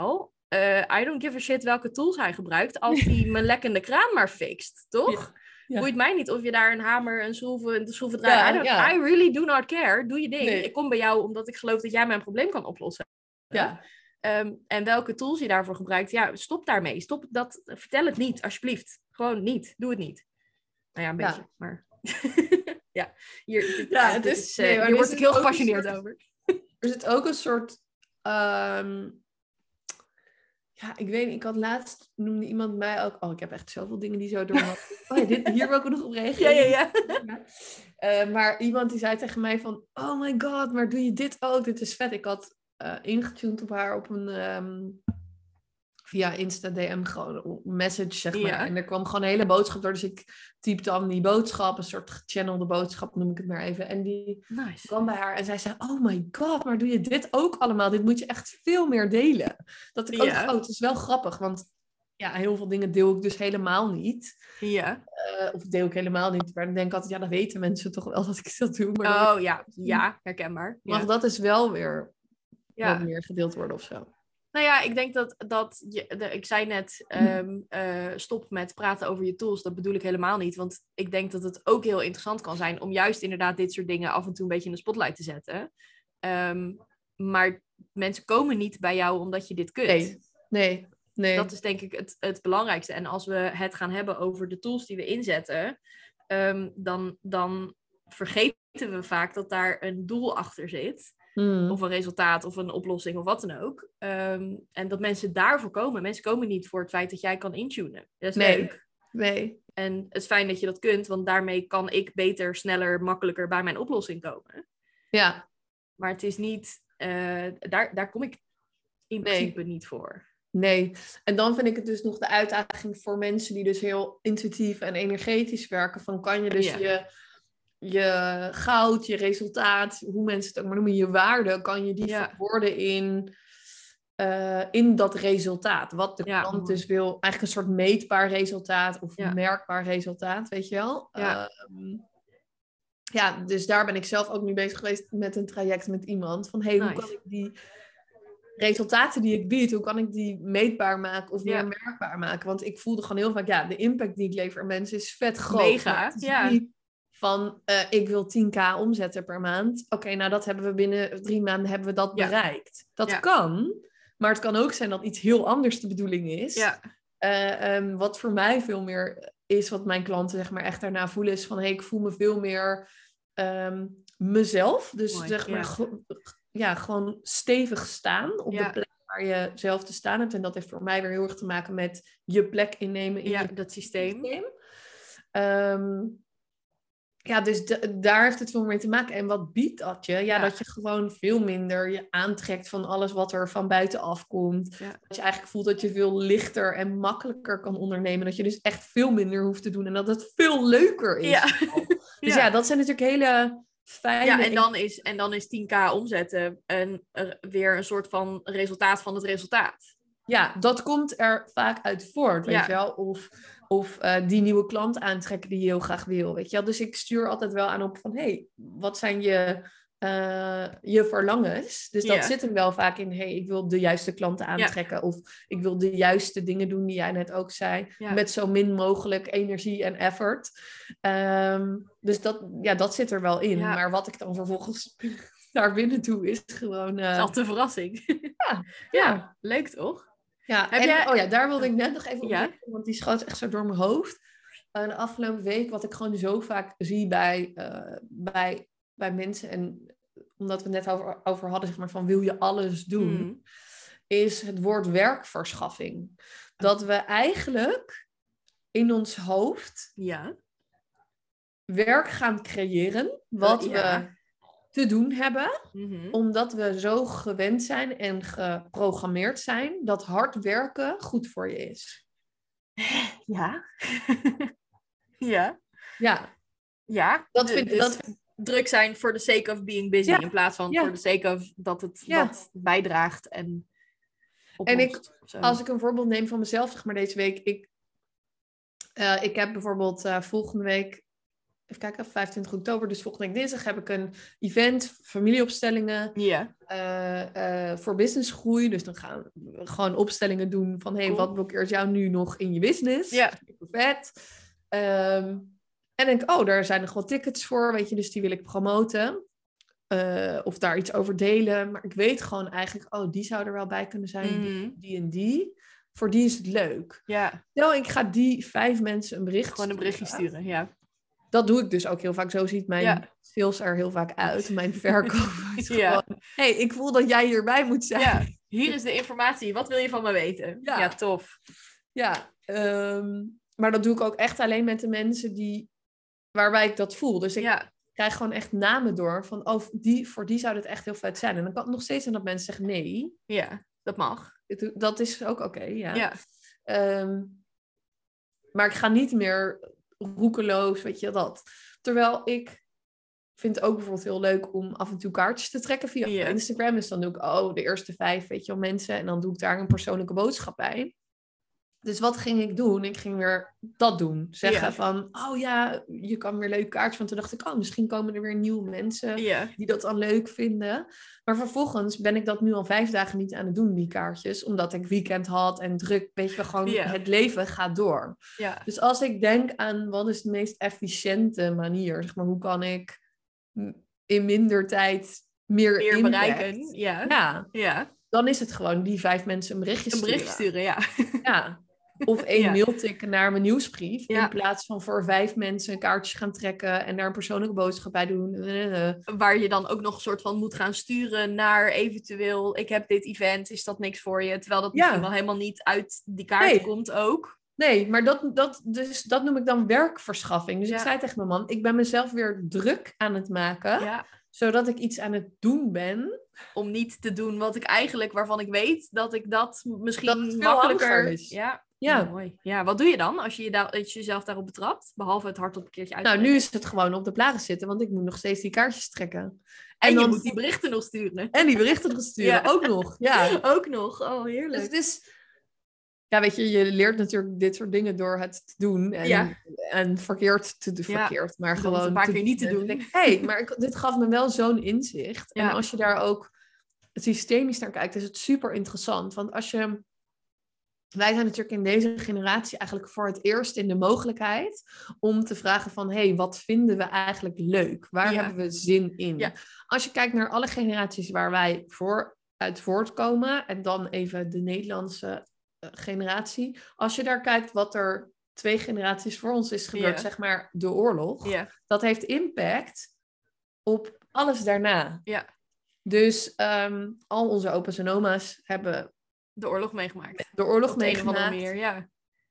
uh, I don't give a shit welke tools hij gebruikt, als hij mijn lekkende kraan maar fixt, toch? Ja. Ja. Boeit mij niet of je daar een hamer, een schroef, een schroevendraaier... Ja, I, don't, ja. I really do not care. Doe je ding. Nee. Ik kom bij jou omdat ik geloof dat jij mijn probleem kan oplossen. Ja. Um, en welke tools je daarvoor gebruikt, ja, stop daarmee. Stop dat, vertel het niet, alsjeblieft. Gewoon niet. Doe het niet. Nou ja, een beetje, ja. maar... ja, hier, ja, het is, is, uh, nee, hier word ik heel gepassioneerd soort, over. Er zit ook een soort... Um, ja, ik weet niet, ik had laatst, noemde iemand mij ook... Oh, ik heb echt zoveel dingen die zo door me... Oh ja, dit, hier wil ik ook nog op reageren. Ja, ja, ja. Uh, maar iemand die zei tegen mij van... Oh my god, maar doe je dit ook? Dit is vet. Ik had uh, ingetuned op haar op een... Um, via Insta D M gewoon een message, zeg maar. Ja. En er kwam gewoon een hele boodschap door. Dus ik typte dan die boodschap, een soort gechannelde boodschap, noem ik het maar even. En die nice. kwam bij haar en zij zei, oh my god, maar doe je dit ook allemaal? Dit moet je echt veel meer delen. Dat ik ook, ja. oh, het is wel grappig, want ja, heel veel dingen deel ik dus helemaal niet. Ja. Uh, of deel ik helemaal niet. Maar dan denk ik altijd, ja, dan weten mensen toch wel dat ik dat doe. Maar oh ja, ja, herkenbaar. Mag ja. dat is wel weer ja. wat meer gedeeld worden of zo. Nou ja, ik denk dat, dat je, de, ik zei net, um, uh, stop met praten over je tools. Dat bedoel ik helemaal niet. Want ik denk dat het ook heel interessant kan zijn om juist inderdaad dit soort dingen af en toe een beetje in de spotlight te zetten. Um, maar mensen komen niet bij jou omdat je dit kunt. Nee, nee, nee. Dat is denk ik het, het belangrijkste. En als we het gaan hebben over de tools die we inzetten, um, dan, dan vergeten we vaak dat daar een doel achter zit. Hmm. Of een resultaat of een oplossing of wat dan ook. Um, en dat mensen daarvoor komen. Mensen komen niet voor het feit dat jij kan intunen. Dat is nee. leuk. Nee. En het is fijn dat je dat kunt, want daarmee kan ik beter, sneller, makkelijker bij mijn oplossing komen. Ja. Maar het is niet... Uh, daar, daar kom ik in nee. principe niet voor. Nee. En dan vind ik het dus nog de uitdaging voor mensen die dus heel intuïtief en energetisch werken. Van kan je dus ja. je... je goud, je resultaat, hoe mensen het ook maar noemen, je waarde, kan je die ja. verwoorden in, uh, in dat resultaat. Wat de ja, klant dus wil, eigenlijk een soort meetbaar resultaat of ja. merkbaar resultaat, weet je wel. Ja. Uh, ja, dus daar ben ik zelf ook nu bezig geweest met een traject met iemand. Van, hey, nice. Hoe kan ik die resultaten die ik bied, hoe kan ik die meetbaar maken of ja. meer merkbaar maken? Want ik voelde gewoon heel vaak, ja, de impact die ik lever aan mensen is vet groot. Mega, ja. Niet van, uh, ik wil tien k omzetten per maand. Oké, okay, nou dat hebben we binnen drie maanden hebben we dat ja. bereikt. Dat ja. kan, maar het kan ook zijn dat iets heel anders de bedoeling is. Ja. Uh, um, wat voor mij veel meer is, wat mijn klanten zeg maar echt daarna voelen, is van, hey, ik voel me veel meer um, mezelf. Dus Mooi, zeg maar, ja. Go- ja, gewoon stevig staan op ja. de plek waar je zelf te staan hebt. En dat heeft voor mij weer heel erg te maken met je plek innemen in ja, je dat systeem. systeem. Um, Ja, dus de, daar heeft het veel mee te maken. En wat biedt dat je? Ja, ja, dat je gewoon veel minder je aantrekt van alles wat er van buitenaf komt. Ja. Dat je eigenlijk voelt dat je veel lichter en makkelijker kan ondernemen. Dat je dus echt veel minder hoeft te doen. En dat het veel leuker is. Ja. Dus ja. ja, dat zijn natuurlijk hele fijne... Ja, en dan is, en dan is tien k omzetten een, er, weer een soort van resultaat van het resultaat. Ja, dat komt er vaak uit voort, weet ja. je wel. Of... Of uh, die nieuwe klant aantrekken die je heel graag wil, weet je wel. Dus ik stuur altijd wel aan op van... hé, hey, wat zijn je, uh, je verlangens? Dus dat yeah. zit hem wel vaak in... hé, hey, ik wil de juiste klanten aantrekken. Yeah. Of ik wil de juiste dingen doen die jij net ook zei. Yeah. Met zo min mogelijk energie en effort. Um, dus dat, ja, dat zit er wel in. Yeah. Maar wat ik dan vervolgens daar binnen doe is gewoon... Uh... Het is altijd een verrassing. ja, ja. ja, leuk toch? Ja, Heb en, jij... oh ja, daar wilde ik net nog even op ja? Leggen, want die schoot echt zo door mijn hoofd. Uh, de afgelopen week, wat ik gewoon zo vaak zie bij, uh, bij, bij mensen, en omdat we het net over, over hadden, zeg maar, van wil je alles doen, mm. is het woord werkverschaffing. Dat we eigenlijk in ons hoofd ja. werk gaan creëren, wat uh, ja. we... te doen hebben, mm-hmm. omdat we zo gewend zijn en geprogrammeerd zijn dat hard werken goed voor je is. Ja. ja. Ja. Ja. Dat vind, dus dat... druk zijn for the sake of being busy, ja. in plaats van ja. for the sake of dat het ja. wat bijdraagt en oplost. En ik, als ik een voorbeeld neem van mezelf, zeg maar deze week, ik, uh, ik heb bijvoorbeeld uh, volgende week even kijken, vijfentwintig oktober, dus volgende week dinsdag heb ik een event, familieopstellingen. Ja. Uh, uh, voor businessgroei. Dus dan gaan we gewoon opstellingen doen van, hey, cool. Wat blokkeert jou nu nog in je business? Ja. Super vet. Um, en denk ik, oh, daar zijn nog wel tickets voor, weet je, dus die wil ik promoten. Uh, of daar iets over delen. Maar ik weet gewoon eigenlijk, oh, die zou er wel bij kunnen zijn, mm. die, die en die. Voor die is het leuk. Ja. Nou, ik ga die vijf mensen een bericht Gewoon een berichtje sturen, ja. Dat doe ik dus ook heel vaak. Zo ziet mijn ja. sales er heel vaak uit. Mijn verkoop is ja. gewoon... hey, ik voel dat jij hierbij moet zijn. Ja. Hier is de informatie. Wat wil je van me weten? Ja, ja tof. Ja, um, maar dat doe ik ook echt alleen met de mensen die... waarbij ik dat voel. Dus ik ja. krijg gewoon echt namen door. Van, oh, die, voor die zou dit echt heel vet zijn. En dan kan het nog steeds zijn dat mensen zeggen nee. Ja, dat mag. Dat is ook oké, okay, ja. ja. Um, maar ik ga niet meer... roekeloos, weet je, dat. Terwijl ik vind het ook bijvoorbeeld heel leuk om af en toe kaartjes te trekken via yeah. Instagram. Dus dan doe ik, oh, de eerste vijf, weet je wel, mensen. En dan doe ik daar een persoonlijke boodschap bij. Dus wat ging ik doen? Ik ging weer dat doen. Zeggen yeah. van, oh ja, je kan weer leuke kaartjes. Want toen dacht ik, oh, misschien komen er weer nieuwe mensen yeah. die dat dan leuk vinden. Maar vervolgens ben ik dat nu al vijf dagen niet aan het doen, die kaartjes. Omdat ik weekend had en druk, weet je, gewoon yeah. het leven gaat door. Yeah. Dus als ik denk aan wat is de meest efficiënte manier, zeg maar, hoe kan ik in minder tijd meer, meer impact, bereiken? Yeah. Ja. Yeah. Dan is het gewoon die vijf mensen een berichtje sturen. Een berichtje sturen, ja. Ja. Of één ja. mail tikken naar mijn nieuwsbrief. Ja. In plaats van voor vijf mensen kaartjes gaan trekken. En daar een persoonlijke boodschap bij doen. Waar je dan ook nog een soort van moet gaan sturen naar eventueel. Ik heb dit event, is dat niks voor je? Terwijl dat misschien ja. wel helemaal niet uit die kaart nee. komt ook. Nee, maar dat, dat, dus, dat noem ik dan werkverschaffing. Dus ja. ik zei tegen mijn man, ik ben mezelf weer druk aan het maken. Ja. Zodat ik iets aan het doen ben. Om niet te doen wat ik eigenlijk, waarvan ik weet dat ik dat misschien dat het makkelijker is. Ja. Ja. Ja, mooi. Ja, wat doe je dan als je, je da- als je jezelf daarop betrapt? Behalve het hardop een keertje uit. Nou, nu is het gewoon op de plagen zitten, want ik moet nog steeds die kaartjes trekken. En, en je dan... moet die berichten nog sturen. En die berichten nog sturen, ja. ook nog. Ja, ook nog. Oh, heerlijk. Dus het is... Ja, weet je, je leert natuurlijk dit soort dingen door het te doen. En, ja. en verkeerd te doen. Ja. Verkeerd, maar dat gewoon... een paar te keer niet te doen. Hé, hey, maar ik, dit gaf me wel zo'n inzicht. Ja. En als je daar ook systemisch naar kijkt, is het super interessant. Want als je... Wij zijn natuurlijk in deze generatie eigenlijk voor het eerst in de mogelijkheid om te vragen van, hé, hey, wat vinden we eigenlijk leuk? Waar ja. hebben we zin in? Ja. Als je kijkt naar alle generaties waar wij voor, uit voortkomen, en dan even de Nederlandse uh, generatie. Als je daar kijkt wat er twee generaties voor ons is gebeurd, ja. zeg maar de oorlog, ja. dat heeft impact op alles daarna. Ja. Dus um, al onze opa's en oma's hebben... De oorlog meegemaakt. De oorlog Op meegemaakt. Een of meer, ja.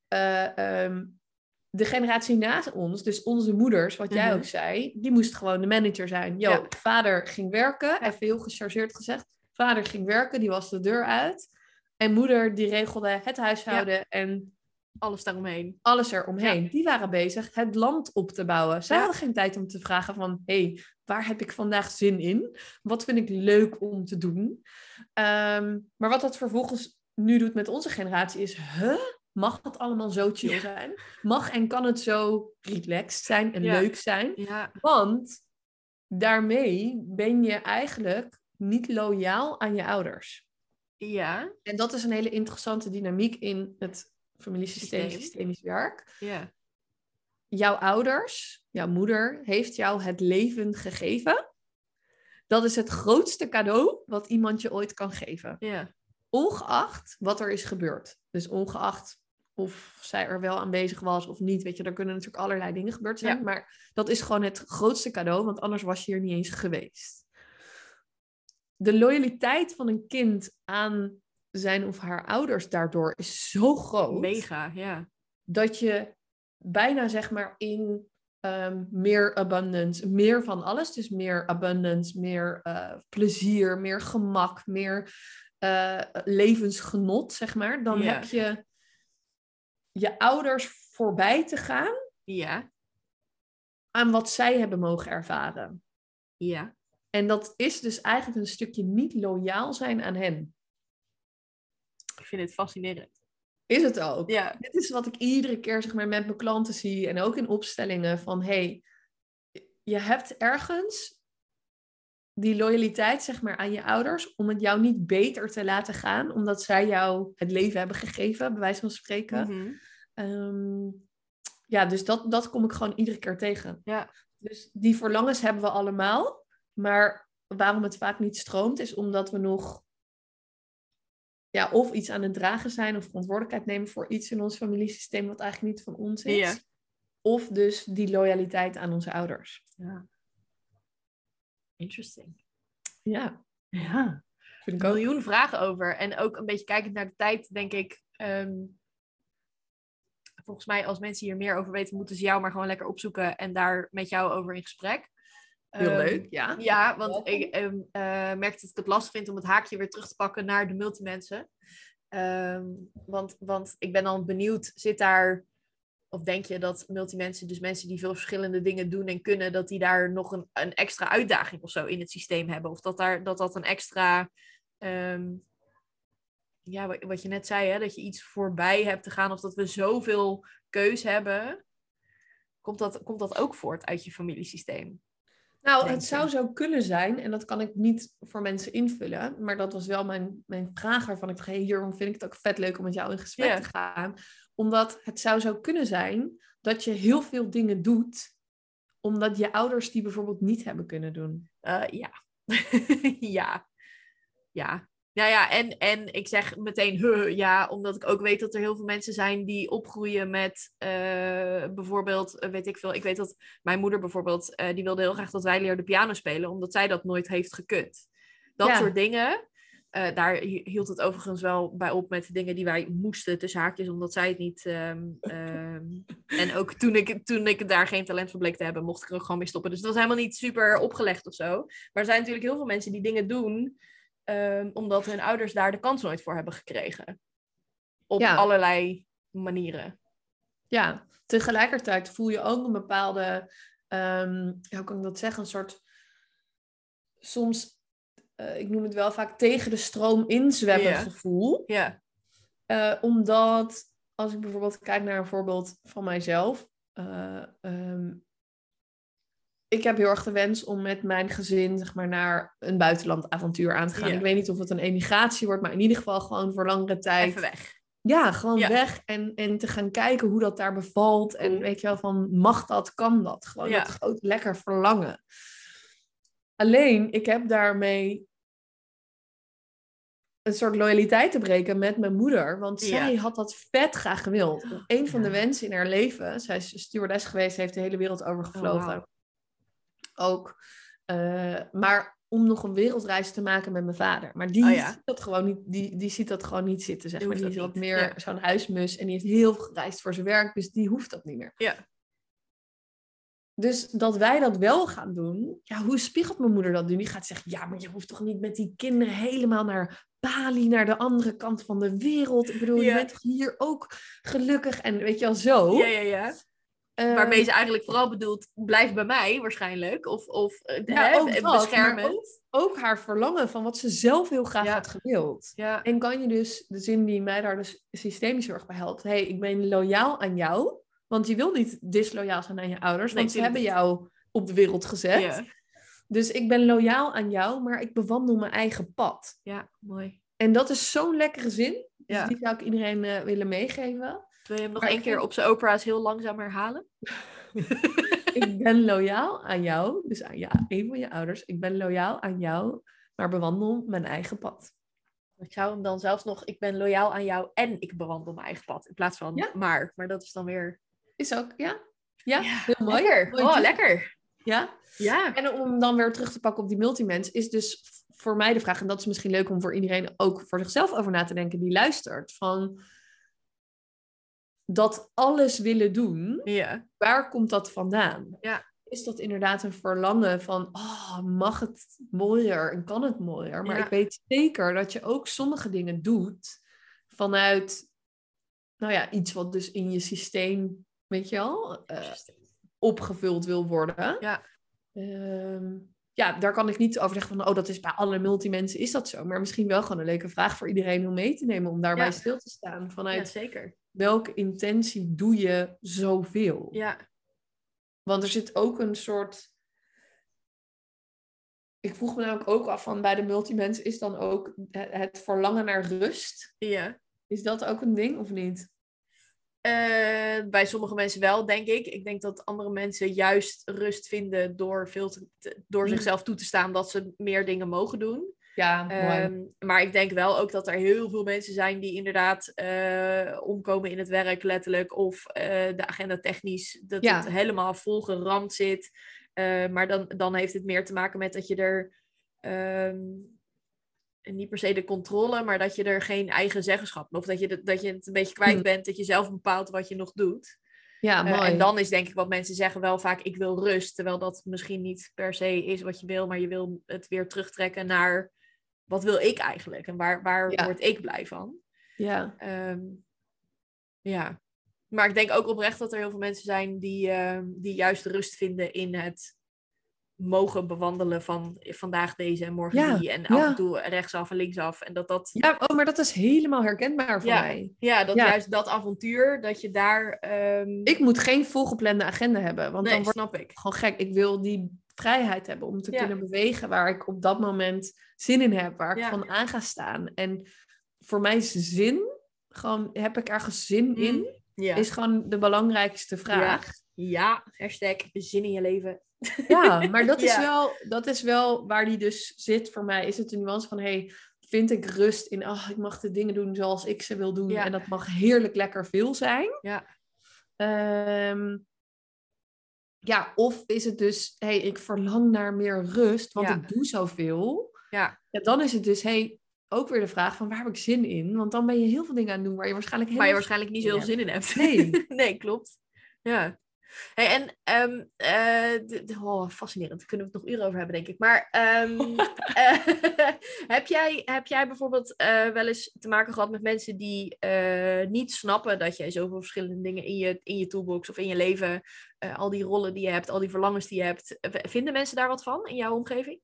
Uh, um, de generatie naast ons, dus onze moeders, wat jij mm-hmm. ook zei, die moest gewoon de manager zijn. Jo, ja. vader ging werken, ja. even heel gechargeerd gezegd. Vader ging werken, die was de deur uit. En moeder, die regelde het huishouden ja. en... Alles daaromheen. Alles eromheen. Ja. Die waren bezig het land op te bouwen. Zij ja. hadden geen tijd om te vragen van... hé, hey, waar heb ik vandaag zin in? Wat vind ik leuk om te doen? Um, maar wat dat vervolgens nu doet met onze generatie is... Huh? Mag het allemaal zo chill ja. zijn? Mag en kan het zo relaxed zijn en ja. leuk zijn? Ja. Want daarmee ben je eigenlijk niet loyaal aan je ouders. Ja. En dat is een hele interessante dynamiek in het familiesysteem, systemisch werk. Ja. Jouw ouders, jouw moeder, heeft jou het leven gegeven. Dat is het grootste cadeau wat iemand je ooit kan geven. Ja. Ongeacht wat er is gebeurd. Dus ongeacht of zij er wel aanwezig was of niet. Weet je, er kunnen natuurlijk allerlei dingen gebeurd zijn. Ja. Maar dat is gewoon het grootste cadeau, want anders was je hier niet eens geweest. De loyaliteit van een kind aan zijn of haar ouders daardoor is zo groot. Mega, ja. Dat je bijna zeg maar in um, meer abundance, meer van alles. Dus meer abundance, meer uh, plezier, meer gemak, meer uh, levensgenot, zeg maar. Dan ja. heb je je ouders voorbij te gaan. Ja. Aan wat zij hebben mogen ervaren. Ja. En dat is dus eigenlijk een stukje niet loyaal zijn aan hen. Ik vind het fascinerend. Is het ook. Ja. Dit is wat ik iedere keer zeg maar, met mijn klanten zie. En ook in opstellingen van... Hey, je hebt ergens die loyaliteit, zeg maar, aan je ouders, om het jou niet beter te laten gaan, omdat zij jou het leven hebben gegeven, bij wijze van spreken. Mm-hmm. Um, ja, dus dat, dat kom ik gewoon iedere keer tegen. Ja. Dus die verlangens hebben we allemaal, maar waarom het vaak niet stroomt, is omdat we nog ja, of iets aan het dragen zijn of verantwoordelijkheid nemen voor iets in ons familiesysteem wat eigenlijk niet van ons is. Ja. Of dus die loyaliteit aan onze ouders. Ja. Interesting. Ja. Ja. Vind ik Een ook. miljoen vragen over. En ook een beetje kijkend naar de tijd, denk ik... Um, volgens mij, als mensen hier meer over weten, moeten ze jou maar gewoon lekker opzoeken en daar met jou over in gesprek. Heel um, leuk, ja. Ja, want ik um, uh, merk dat ik het lastig vind om het haakje weer terug te pakken naar de multimensen. Um, want, want ik ben dan benieuwd, zit daar... Of denk je dat multimensen, dus mensen die veel verschillende dingen doen en kunnen, dat die daar nog een, een extra uitdaging of zo in het systeem hebben? Of dat daar, dat, dat een extra... Um, ja, wat, wat je net zei, hè, dat je iets voorbij hebt te gaan, of dat we zoveel keus hebben. Komt dat, komt dat ook voort uit je familiesysteem? Nou, het zou zo kunnen zijn, en dat kan ik niet voor mensen invullen, maar dat was wel mijn, mijn vraag waarvan ik dacht, hey, hierom vind ik het ook vet leuk om met jou in gesprek yeah. te gaan. Omdat het zou zo kunnen zijn dat je heel veel dingen doet, omdat je ouders die bijvoorbeeld niet hebben kunnen doen. Uh, ja. ja. Ja. Ja, ja, en, en ik zeg meteen huh, ja, omdat ik ook weet dat er heel veel mensen zijn die opgroeien met uh, bijvoorbeeld, uh, weet ik veel, ik weet dat mijn moeder bijvoorbeeld, uh, die wilde heel graag dat wij leerden piano spelen, omdat zij dat nooit heeft gekund. Dat ja. soort dingen, uh, daar hield het overigens wel bij op met de dingen die wij moesten, tussen haakjes, omdat zij het niet... Um, um, en ook toen ik, toen ik daar geen talent voor bleek te hebben, mocht ik er ook gewoon mee stoppen. Dus dat was helemaal niet super opgelegd of zo. Maar er zijn natuurlijk heel veel mensen die dingen doen... Um, omdat hun ouders daar de kans nooit voor hebben gekregen. Op ja. allerlei manieren. Ja, tegelijkertijd voel je ook een bepaalde... Um, hoe kan ik dat zeggen? Een soort... Soms, uh, ik noem het wel vaak tegen de stroom inzwemmen yeah. gevoel. Ja. Yeah. Uh, omdat, als ik bijvoorbeeld kijk naar een voorbeeld van mijzelf... Uh, um, Ik heb heel erg de wens om met mijn gezin zeg maar, naar een buitenlandavontuur aan te gaan. Ja. Ik weet niet of het een emigratie wordt, maar in ieder geval gewoon voor langere tijd. Even weg. Ja, gewoon ja. weg en, en te gaan kijken hoe dat daar bevalt. En mm. weet je wel, van mag dat, kan dat? Gewoon ja. dat groot lekker verlangen. Alleen, ik heb daarmee een soort loyaliteit te breken met mijn moeder. Want ja. zij had dat vet graag gewild. Oh, een van ja. de wensen in haar leven, zij is stewardess geweest, heeft de hele wereld overgevlogen. Oh, wow. Ook. Uh, maar om nog een wereldreis te maken met mijn vader. Maar die, oh ja. ziet, dat gewoon niet, die, die ziet dat gewoon niet zitten. Zeg maar. Die is wat meer ja. zo'n huismus. En die heeft heel veel gereisd voor zijn werk. Dus die hoeft dat niet meer. Ja. Dus dat wij dat wel gaan doen. Ja, hoe spiegelt mijn moeder dat nu? Die gaat zeggen, ja, maar je hoeft toch niet met die kinderen helemaal naar Bali, naar de andere kant van de wereld. Ik bedoel, ja. je bent toch hier ook gelukkig. En weet je wel, zo. Ja, ja, ja. Uh, Waarmee ze eigenlijk vooral bedoelt, blijf bij mij waarschijnlijk. Of, of ja, hè, ook dat, beschermend. Ook, ook haar verlangen van wat ze zelf heel graag ja. had gewild. Ja. En kan je dus, de zin die mij daar dus systemisch heel erg bij helpt. Hé, hey, ik ben loyaal aan jou. Want je wil niet disloyaal zijn aan je ouders. Nee, want ze hebben jou op de wereld gezet. Ja. Dus ik ben loyaal aan jou, maar ik bewandel mijn eigen pad. Ja, mooi. En dat is zo'n lekkere zin. Dus ja. die zou ik iedereen uh, willen meegeven. Wil je hem nog maar één keer vind... op zijn opera's heel langzaam herhalen? Ik ben loyaal aan jou, dus aan ja, een van je ouders. Ik ben loyaal aan jou, maar bewandel mijn eigen pad. Ik zou hem dan zelfs nog, ik ben loyaal aan jou en ik bewandel mijn eigen pad. In plaats van ja. maar. Maar dat is dan weer... Is ook, ja. Ja, ja heel mooi. Lekker. Mooi oh, doen. Lekker. Ja? Ja. En om dan weer terug te pakken op die multimens, is dus voor mij de vraag, en dat is misschien leuk om voor iedereen ook voor zichzelf over na te denken, die luistert, van... Dat alles willen doen, ja. waar komt dat vandaan? Ja. Is dat inderdaad een verlangen van, oh, mag het mooier en kan het mooier? Maar ja. ik weet zeker dat je ook sommige dingen doet vanuit, nou ja, iets wat dus in je systeem, weet je wel, uh, opgevuld wil worden. Ja. Um, ja, daar kan ik niet over zeggen van, oh, dat is bij alle multimensen is dat zo. Maar misschien wel gewoon een leuke vraag voor iedereen om mee te nemen, om daarbij ja. stil te staan. Vanuit ja, zeker. Welke intentie doe je zoveel? Ja. Want er zit ook een soort ik vroeg me namelijk ook af van bij de multimens is dan ook het, het verlangen naar rust. Ja. Is dat ook een ding of niet? Uh, bij sommige mensen wel, denk ik. Ik denk dat andere mensen juist rust vinden door, veel te, te, door mm. zichzelf toe te staan dat ze meer dingen mogen doen. Ja, mooi. Um, maar ik denk wel ook dat er heel veel mensen zijn die inderdaad uh, omkomen in het werk, letterlijk. Of uh, de agenda technisch, dat ja. het helemaal volgeramd zit. Uh, maar dan, dan heeft het meer te maken met dat je er... Um, niet per se de controle, maar dat je er geen eigen zeggenschap... Of dat je, de, dat je het een beetje kwijt hmm. bent, dat je zelf bepaalt wat je nog doet. Ja, mooi. Uh, en dan is denk ik wat mensen zeggen wel vaak, ik wil rust. Terwijl dat misschien niet per se is wat je wil, maar je wil het weer terugtrekken naar... Wat wil ik eigenlijk? En waar, waar ja. word ik blij van? Ja. Um, ja. Maar ik denk ook oprecht dat er heel veel mensen zijn die, uh, die juist rust vinden in het mogen bewandelen van vandaag deze en morgen ja. die. En af ja. en toe rechtsaf en linksaf. En dat dat... Ja, oh, maar dat is helemaal herkenbaar voor ja. mij. Ja, dat ja. juist dat avontuur, dat je daar... Um... Ik moet geen volgeplande agenda hebben. Want nee, dan word snap ik. gewoon gek. Ik wil die vrijheid hebben om te ja. kunnen bewegen waar ik op dat moment zin in heb, waar ik ja. van aan ga staan. En voor mij is zin, gewoon heb ik ergens zin in, mm. ja. is gewoon de belangrijkste vraag. Ja, ja. Hashtag zin in je leven. Ja, maar dat is, ja. wel, dat is wel waar die dus zit voor mij. Is het de nuance van, hey, vind ik rust in, oh, ik mag de dingen doen zoals ik ze wil doen. Ja. En dat mag heerlijk lekker veel zijn. Ja. Um, Ja, of is het dus, hé, hey, ik verlang naar meer rust, want ja. ik doe zoveel. Ja. Ja, dan is het dus, hé, hey, ook weer de vraag van waar heb ik zin in? Want dan ben je heel veel dingen aan het doen waar je waarschijnlijk heel Waar je waarschijnlijk niet zoveel zin in hebt. Nee. nee, klopt. Ja. Hey, en, um, uh, de, de, oh, fascinerend, daar kunnen we het nog uren over hebben, denk ik. Maar um, uh, heb, jij, heb jij bijvoorbeeld uh, wel eens te maken gehad met mensen die uh, niet snappen dat jij zoveel verschillende dingen in je, in je toolbox of in je leven, uh, al die rollen die je hebt, al die verlangens die je hebt, vinden mensen daar wat van in jouw omgeving?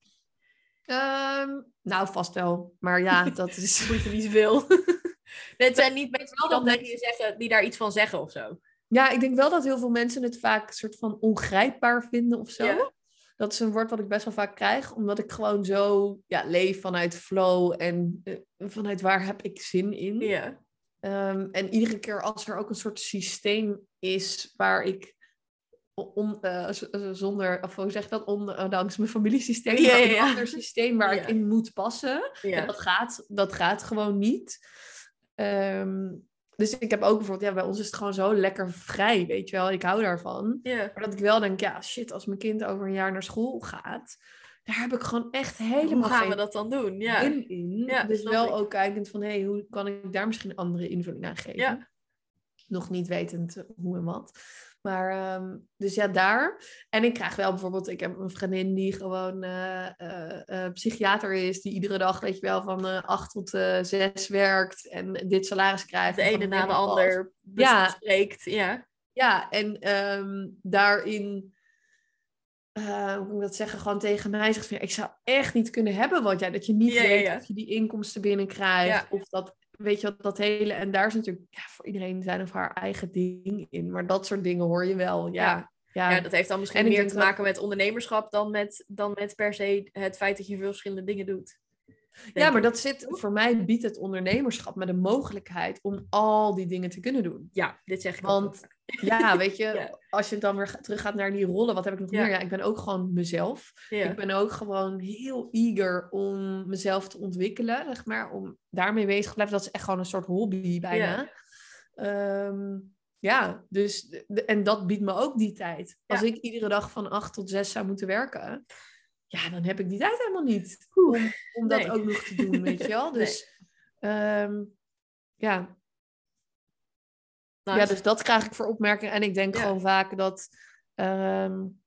Um, nou, vast wel. Maar ja, dat is... Boeit er niet zoveel. Het zijn niet mensen die dan tegen je zeggen, die daar iets van zeggen of zo. Ja, ik denk wel dat heel veel mensen het vaak een soort van ongrijpbaar vinden of zo. Ja. Dat is een woord wat ik best wel vaak krijg. Omdat ik gewoon zo ja, leef vanuit flow en uh, vanuit waar heb ik zin in. Ja. Um, en iedere keer als er ook een soort systeem is waar ik on, uh, zonder, of hoe zeg je dat, ondanks mijn familiesysteem, ja, ja, ja. een ander systeem waar ja. ik in moet passen. Ja. En dat gaat, dat gaat gewoon niet. Um, Dus ik heb ook bijvoorbeeld, ja, bij ons is het gewoon zo lekker vrij, weet je wel. Ik hou daarvan. Yeah. Maar dat ik wel denk, ja, shit, als mijn kind over een jaar naar school gaat, daar heb ik gewoon echt helemaal Hoe gaan geen we dat dan doen? Ja. in. in. Ja, dus wel ik. ook kijkend van, hé, hey, hoe kan ik daar misschien een andere invulling aan geven? Ja. Nog niet wetend hoe en wat. Maar, um, dus ja, daar. En ik krijg wel bijvoorbeeld, ik heb een vriendin die gewoon uh, uh, uh, psychiater is, die iedere dag, weet je wel, van uh, acht tot uh, zes werkt en dit salaris krijgt. De ene na de ander bespreekt, ja. Ja, ja en um, daarin, uh, hoe moet ik dat zeggen, gewoon tegen mij zegt van, ja, ik zou echt niet kunnen hebben wat jij, dat je niet ja, weet ja, ja. of je die inkomsten binnenkrijgt, ja. of dat... Weet je wat, dat hele... En daar is natuurlijk ja, voor iedereen zijn of haar eigen ding in. Maar dat soort dingen hoor je wel, ja. Ja, ja. ja dat heeft dan misschien meer te maken dat... met ondernemerschap... Dan met, dan met per se het feit dat je veel verschillende dingen doet. Ja, maar ik. dat zit... Voor mij biedt het ondernemerschap met de mogelijkheid... om al die dingen te kunnen doen. Ja, dit zeg ik Want, ook. Ja, weet je... ja. Als je dan weer terug gaat naar die rollen... Wat heb ik nog ja. meer? Ja, ik ben ook gewoon mezelf. Ja. Ik ben ook gewoon heel eager om mezelf te ontwikkelen. Zeg maar, om daarmee bezig te blijven. Dat is echt gewoon een soort hobby bijna. Ja, um, ja dus... En dat biedt me ook die tijd. Als ja. ik iedere dag van acht tot zes zou moeten werken... Ja, dan heb ik die tijd helemaal niet. Om, om dat nee. ook nog te doen, weet je wel. Dus... Nee. Um, ja... Nice. Ja, dus dat krijg ik voor opmerkingen. En ik denk ja. gewoon vaak dat... Um,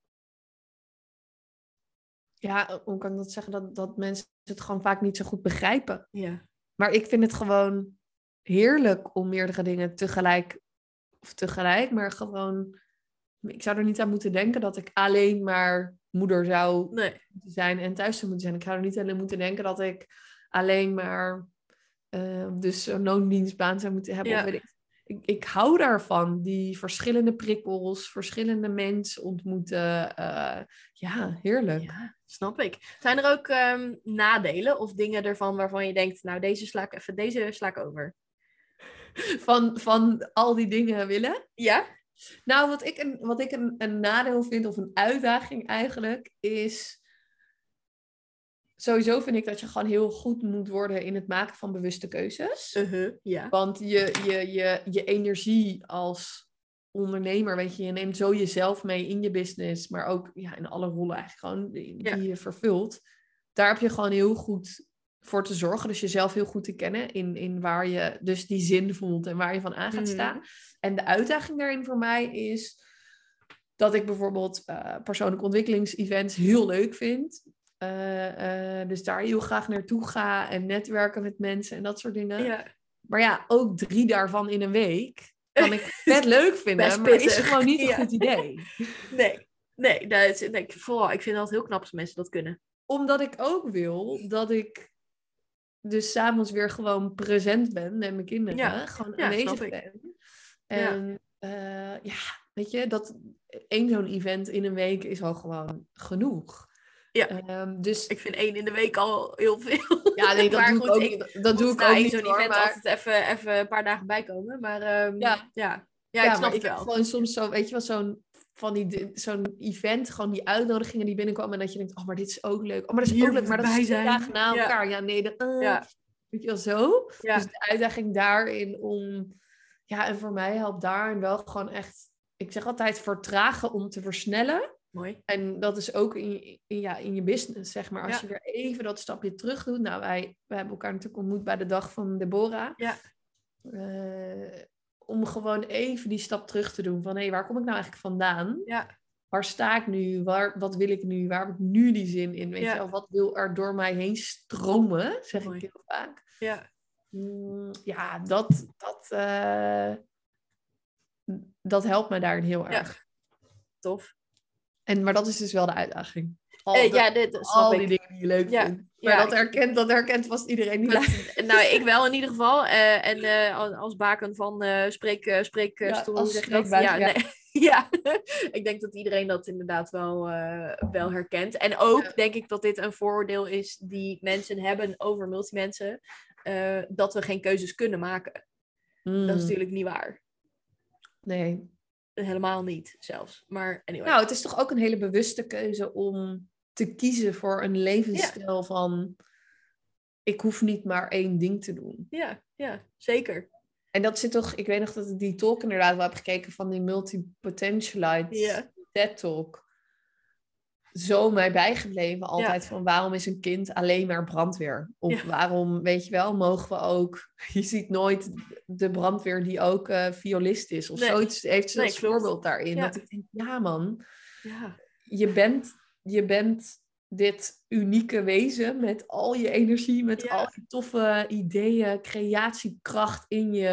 ja, hoe kan ik dat zeggen? Dat, dat mensen het gewoon vaak niet zo goed begrijpen. Ja. Maar ik vind het gewoon heerlijk om meerdere dingen tegelijk... Of tegelijk, maar gewoon... Ik zou er niet aan moeten denken dat ik alleen maar moeder zou nee. moeten zijn en thuis zou moeten zijn. Ik zou er niet alleen moeten denken dat ik alleen maar... Uh, dus een loondienstbaan zou moeten hebben. Ja. Of weet ik. ik, ik hou daarvan. Die verschillende prikkels, verschillende mensen ontmoeten. Uh, ja, heerlijk. Ja, snap ik. Zijn er ook um, nadelen of dingen ervan waarvan je denkt, nou deze sla ik even, deze sla ik over? Van, van al die dingen willen? Ja. Nou, wat ik, een, wat ik een, een nadeel vind, of een uitdaging eigenlijk, is... Sowieso vind ik dat je gewoon heel goed moet worden in het maken van bewuste keuzes. Uh-huh, ja. Want je, je, je, je energie als ondernemer, weet je, je neemt zo jezelf mee in je business, maar ook ja, in alle rollen eigenlijk gewoon die, die ja. je vervult. Daar heb je gewoon heel goed voor te zorgen. Dus jezelf heel goed te kennen in, in waar je dus die zin voelt en waar je van aan gaat mm-hmm. staan. En de uitdaging daarin voor mij is dat ik bijvoorbeeld uh, persoonlijke ontwikkelingsevents heel leuk vind. Uh, uh, dus daar heel graag naartoe ga en netwerken met mensen en dat soort dingen. Ja. Maar ja, ook drie daarvan in een week kan ik vet leuk vinden, Best maar pittig. is gewoon niet een ja. goed idee. Nee, nee, dat is, nee vooral, ik vind het altijd heel knap als mensen dat kunnen. Omdat ik ook wil dat ik dus 's avonds weer gewoon present ben met mijn kinderen. Ja. Gewoon ja, aanwezig ben. En ja. Uh, ja, weet je, dat één zo'n event in een week is al gewoon genoeg. Ja, um, dus ik vind één in de week al heel veel. Ja, nee, dat maar doe goed, ik ook, ik, dat, dat doe ik nou, ook niet zo'n hoor, event maar... altijd even, even een paar dagen bijkomen. Maar um, ja. Ja. ja, ja, ik snap maar het ik wel. Gewoon soms zo, weet je wel, zo'n van die zo'n event, gewoon die uitnodigingen die binnenkomen en dat je denkt, oh, maar dit is ook leuk. Oh, maar dat is Hier ook leuk, maar dat is twee zijn. dagen na ja. elkaar. Ja, nee, dat, uh, ja. weet je wel zo. Ja. Dus de uitdaging daarin om, ja, en voor mij helpt daarin wel gewoon echt, ik zeg altijd vertragen om te versnellen. Mooi. En dat is ook in, in, ja, in je business, zeg maar. Als ja. je weer even dat stapje terug doet. Nou, wij, wij hebben elkaar natuurlijk ontmoet bij de dag van Deborah. Ja. Uh, om gewoon even die stap terug te doen. Van, hé, hey, waar kom ik nou eigenlijk vandaan? Ja. Waar sta ik nu? Waar, wat wil ik nu? Waar heb ik nu die zin in? Weet ja. je wel? Wat wil er door mij heen stromen? Zeg Mooi. ik heel vaak. Ja. Mm, ja, dat... dat uh, dat helpt me daarin heel erg. Ja. Tof. En, maar dat is dus wel de uitdaging. Al, uh, de, ja, dit, snap al die ik. dingen die je leuk ja. vindt. Maar ja, dat, herkent, dat herkent vast iedereen die luistert. Nou, ik wel in ieder geval. Uh, en uh, als baken van uh, spreek, spreekstoel. Ja, zeg dat? Ja, ja, ja. Nee. ja. Ik denk dat iedereen dat inderdaad wel, uh, wel herkent. En ook ja. denk ik dat dit een vooroordeel is die mensen hebben over multimensen. Uh, dat we geen keuzes kunnen maken. Mm. Dat is natuurlijk niet waar. Nee. Helemaal niet zelfs. Maar anyway. Nou, het is toch ook een hele bewuste keuze om te kiezen voor een levensstijl ja. van... Ik hoef niet maar één ding te doen. Ja, ja, zeker. En dat zit toch... Ik weet nog dat ik die talk inderdaad wel heb gekeken van die multi-potentialite ja. TED-talk. Zo mij bijgebleven altijd ja. van waarom is een kind alleen maar brandweer? Of ja. waarom, weet je wel, mogen we ook... Je ziet nooit de brandweer die ook uh, violist is. Of nee. zoiets heeft ze nee, als voorbeeld daarin. Ja. Dat ik denk, ja man, ja. Je, bent, je bent dit unieke wezen met al je energie, met ja. al je toffe ideeën, creatiekracht in je.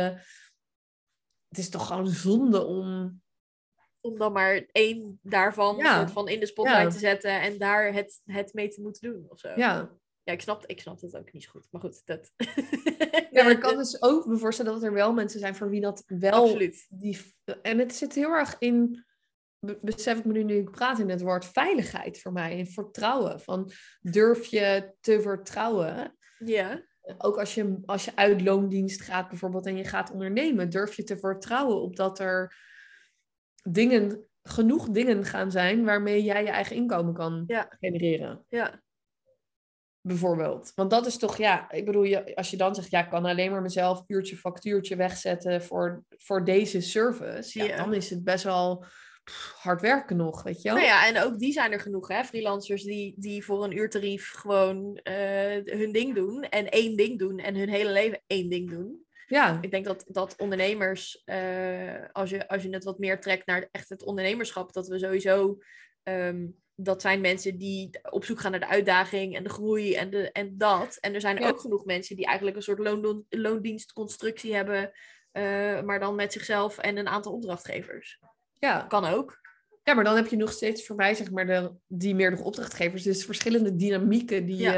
Het is toch gewoon zonde om... Om dan maar één daarvan ja. soort van in de spotlight ja. te zetten en daar het, het mee te moeten doen of zo. Ja. Ja, ik snap, ik snap het ook niet zo goed. Maar goed, dat... ja, maar ik kan dus ook me voorstellen dat er wel mensen zijn voor wie dat wel... Absoluut. Die... En het zit heel erg in... Besef ik me nu, nu ik praat in het woord veiligheid voor mij. En vertrouwen. Van durf je te vertrouwen? Ja. Ook als je, als je uit loondienst gaat bijvoorbeeld en je gaat ondernemen. Durf je te vertrouwen op dat er dingen... genoeg dingen gaan zijn waarmee jij je eigen inkomen kan ja. genereren. Ja. Bijvoorbeeld. Want dat is toch, ja, ik bedoel, je, als je dan zegt, ja, ik kan alleen maar mezelf uurtje factuurtje wegzetten voor, voor deze service. Ja, ja, dan is het best wel pff, hard werken nog, weet je wel. Nou ja, en ook die zijn er genoeg, hè. Freelancers die, die voor een uurtarief gewoon uh, hun ding doen. En één ding doen. En hun hele leven één ding doen. Ja. Ik denk dat, dat ondernemers, uh, als, je, als je het wat meer trekt naar echt het ondernemerschap, dat we sowieso... Um, dat zijn mensen die op zoek gaan naar de uitdaging en de groei en, de, en dat. En er zijn ja. ook genoeg mensen die eigenlijk een soort loon, loondienstconstructie hebben, uh, maar dan met zichzelf en een aantal opdrachtgevers. Ja. Kan ook. Ja, maar dan heb je nog steeds voor mij, zeg maar, de, die meerdere opdrachtgevers. Dus verschillende dynamieken die, ja. je,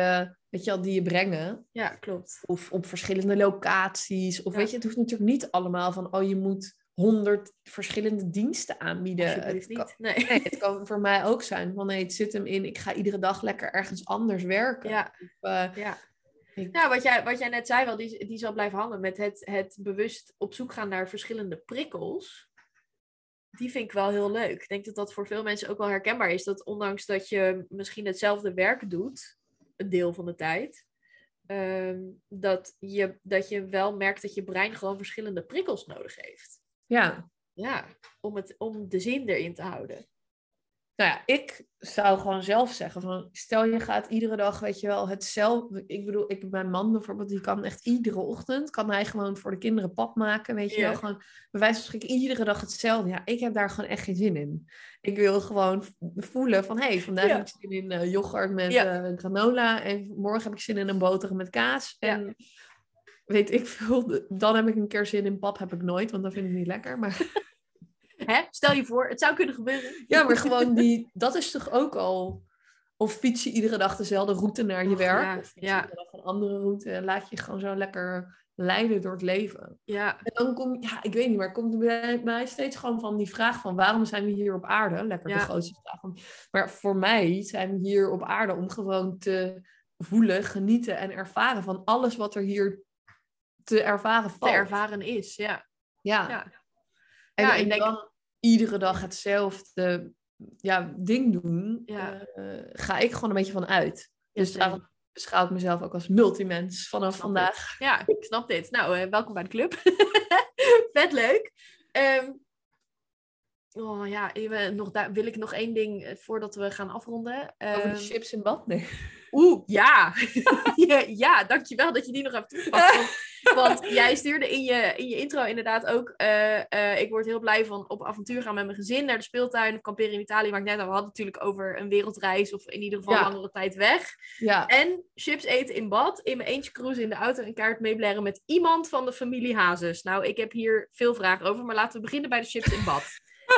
weet je wel, die je brengen. Ja, klopt. Of op verschillende locaties. Of Ja. weet je, het hoeft natuurlijk niet allemaal van, oh, je moet honderd verschillende diensten aanbieden. Alsjeblieft niet. Nee. Nee, het kan voor mij ook zijn van, nee, het zit hem in, ik ga iedere dag lekker ergens anders werken. Ja. Of, uh, Ja. ik... Nou, wat jij, wat jij net zei wel, die, die zal blijven hangen met het, het bewust op zoek gaan naar verschillende prikkels. Die vind ik wel heel leuk. Ik denk dat dat voor veel mensen ook wel herkenbaar is. Dat ondanks dat je misschien hetzelfde werk doet, een deel van de tijd, um, dat, je, dat je wel merkt dat je brein gewoon verschillende prikkels nodig heeft. Ja. Ja, om, het, om de zin erin te houden. Nou ja, ik zou gewoon zelf zeggen van, stel je gaat iedere dag, weet je wel, hetzelfde. Ik bedoel, ik, mijn man bijvoorbeeld, die kan echt iedere ochtend, kan hij gewoon voor de kinderen pap maken, weet je Ja. wel. Gewoon bij wijze van spreken iedere dag hetzelfde. Ja, ik heb daar gewoon echt geen zin in. Ik wil gewoon voelen van, hé, hey, vandaag Ja. heb ik zin in uh, yoghurt met Ja. uh, granola en morgen heb ik zin in een boterham met kaas. En Ja. weet ik veel, dan heb ik een keer zin in pap, heb ik nooit, want dan vind ik het niet lekker, maar... Hè? Stel je voor, het zou kunnen gebeuren. Ja, maar gewoon die, dat is toch ook al... Of fiets je iedere dag dezelfde route naar je Och, werk. ja, of fiets je ja. iedere dag een andere route. En laat je gewoon zo lekker leiden door het leven. Ja. En dan kom ja, ik weet niet, maar komt er bij mij steeds gewoon van die vraag van... Waarom zijn we hier op aarde? Lekker Ja. de grootste vraag. Van, maar voor mij zijn we hier op aarde om gewoon te voelen, genieten en ervaren van alles wat er hier te ervaren valt. Te ervaren is, ja. Ja. Ja. En, Ja, en ik denk- dan iedere dag hetzelfde ja, ding doen, Ja. uh, ga ik gewoon een beetje van uit. Dus Ja, daarom beschouw ik mezelf ook als multimens vanaf Snap vandaag. Ja, ik snap dit. Nou, uh, welkom bij de club. Vet leuk. Um, oh ja, even nog daar, wil ik nog één ding uh, voordat we gaan afronden. Um, Over de chips in bad? Nee. Oeh, ja. ja. Ja, dankjewel dat je die nog hebt toegepast. Want, want jij stuurde in je, in je intro inderdaad ook... Uh, uh, ik word heel blij van op avontuur gaan met mijn gezin naar de speeltuin of kamperen in Italië. Maar ik net al, we hadden natuurlijk over een wereldreis of in ieder geval Ja. langere tijd weg. Ja. En chips eten in bad, in mijn eentje cruisen in de auto en kaart meeblaren met iemand van de familie Hazes. Nou, ik heb hier veel vragen over, maar laten we beginnen bij de chips in bad.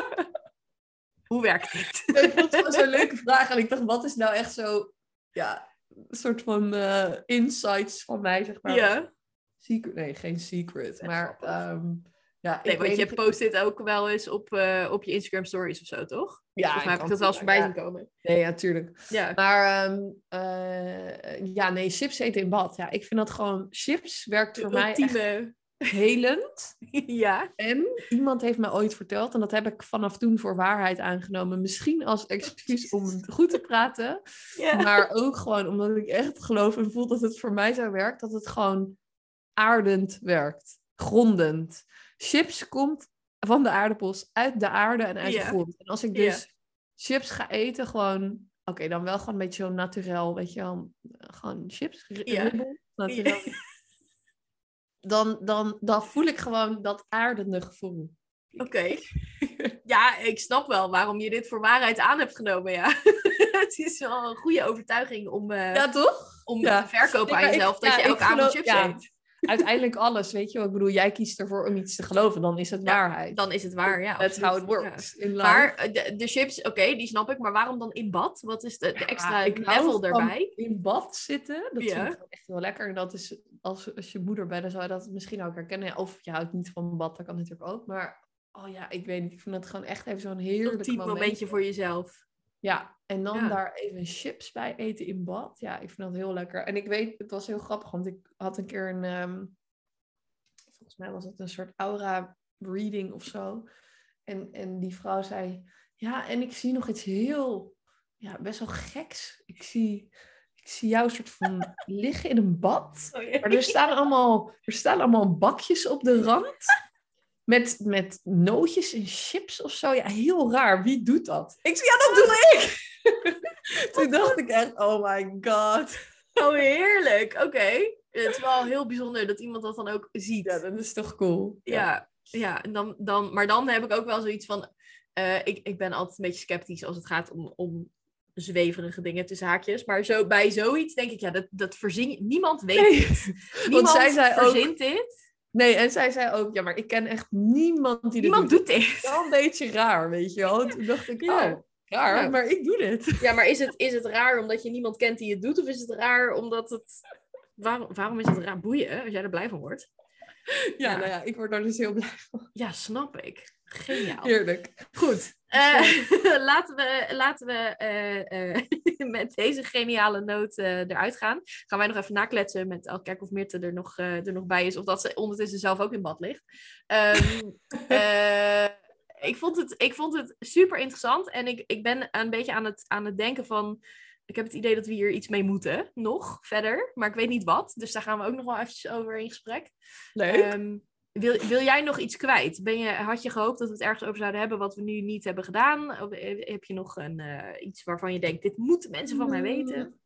Hoe werkt dit? Ik vond het gewoon zo'n leuke vraag en ik dacht, wat is nou echt zo... Ja, een soort van uh, insights van mij, zeg maar. Ja. Secret, nee, geen secret. Ja, maar um, ja, nee, ik want weet je niet... post dit ook wel eens op, uh, op je Instagram stories of zo, toch? Ja, Volgens mij heb ik dat wel eens voorbij zien komen. Nee, ja, tuurlijk. Ja. Maar um, uh, ja, nee, chips eten in bad. Ja, ik vind dat gewoon... Chips werkt De voor mij ultieme... echt helend. Ja. En iemand heeft mij ooit verteld, en dat heb ik vanaf toen voor waarheid aangenomen. Misschien als excuus om het goed te praten. Ja. Maar ook gewoon omdat ik echt geloof en voel dat het voor mij zo werkt. Dat het gewoon aardend werkt. Grondend. Chips komt van de aardappels uit de aarde en uit Ja. de grond. En als ik dus Ja. chips ga eten, gewoon... Oké, okay, dan wel gewoon een beetje zo naturel, weet je wel. Gewoon chips, Ja. ribbel, naturel. Ja. Dan, dan, dan voel ik gewoon dat aardende gevoel. Oké. Okay. Ja, ik snap wel waarom je dit voor waarheid aan hebt genomen, ja. Het is wel een goede overtuiging om, uh, ja, toch? om Ja. te verkopen Nee, aan jezelf ik, dat ja, je elke avond geloof, chips ja, eet. Uiteindelijk alles, weet je wel. Ik bedoel, jij kiest ervoor om iets te geloven, dan is het Ja, waarheid. Dan is het waar, ja. That's absoluut. how it works Ja. in life. Maar de, de chips, oké, okay, die snap ik. Maar waarom dan in bad? Wat is de, de extra Ja, ik hou level van erbij? In bad zitten, dat Ja. vind ik gewoon echt heel lekker. En dat is, als, als je moeder bent, dan zou je dat misschien ook herkennen. Ja, of je houdt niet van bad, dat kan natuurlijk ook. Maar, oh ja, ik weet niet. Ik vind dat gewoon echt even zo'n heerlijk Ultiem moment. momentje voor jezelf. Ja, en dan Ja. daar even chips bij eten in bad. Ja, ik vind dat heel lekker. En ik weet, het was heel grappig, want ik had een keer een... Um, volgens mij was het een soort aura reading of zo. En, en die vrouw zei... Ja, en ik zie nog iets heel... Ja, best wel geks. Ik zie... Ik zie jou soort van liggen in een bad. Oh, ja. Maar er staan allemaal, er staan allemaal bakjes op de rand. Met, met nootjes en chips of zo. Ja, heel raar. Wie doet dat? Ik zei, ja, dat doe ik! Toen dacht ik echt, oh my god. Oh, heerlijk. Oké. Okay. Het is wel heel bijzonder dat iemand dat dan ook ziet. Ja, dat is toch cool. Ja, ja, ja en dan, dan, maar dan heb ik ook wel zoiets van... Uh, ik, ik ben altijd een beetje sceptisch als het gaat om... om zweverige dingen tussen haakjes. Maar zo, bij zoiets denk ik, ja, dat, dat verzin je... Niemand weet nee. het. Niemand Want zij zei verzint ook, dit. Nee, en zij zei ook, ja, maar ik ken echt niemand die niemand dit doet. Niemand doet dit. Wel een beetje raar, weet je wel. Toen dacht ik, ja. oh, Raar, Nou. maar ik doe dit. Ja, maar is het, is het raar omdat je niemand kent die het doet? Of is het raar omdat het... Waarom, waarom is het raar? Boeien, als jij er blij van wordt. Ja, ja, nou ja, ik word daar dus heel blij van. Ja, snap ik. Geniaal. Heerlijk. Goed. Uh, laten we, laten we uh, uh, met deze geniale noot uh, eruit gaan. Gaan wij nog even nakletsen met al kijken of Mirte er nog, uh, er nog bij is. Of dat ze ondertussen zelf ook in bad ligt. Um, uh, ik, vond het, ik vond het super interessant. En ik, ik ben een beetje aan het, aan het denken van... Ik heb het idee dat we hier iets mee moeten, nog verder. Maar ik weet niet wat. Dus daar gaan we ook nog wel eventjes over in gesprek. Leuk. Um, wil, wil jij nog iets kwijt? Ben je, had je gehoopt dat we het ergens over zouden hebben wat we nu niet hebben gedaan? Of heb je nog een, uh, iets waarvan je denkt, dit moeten mensen van mij weten?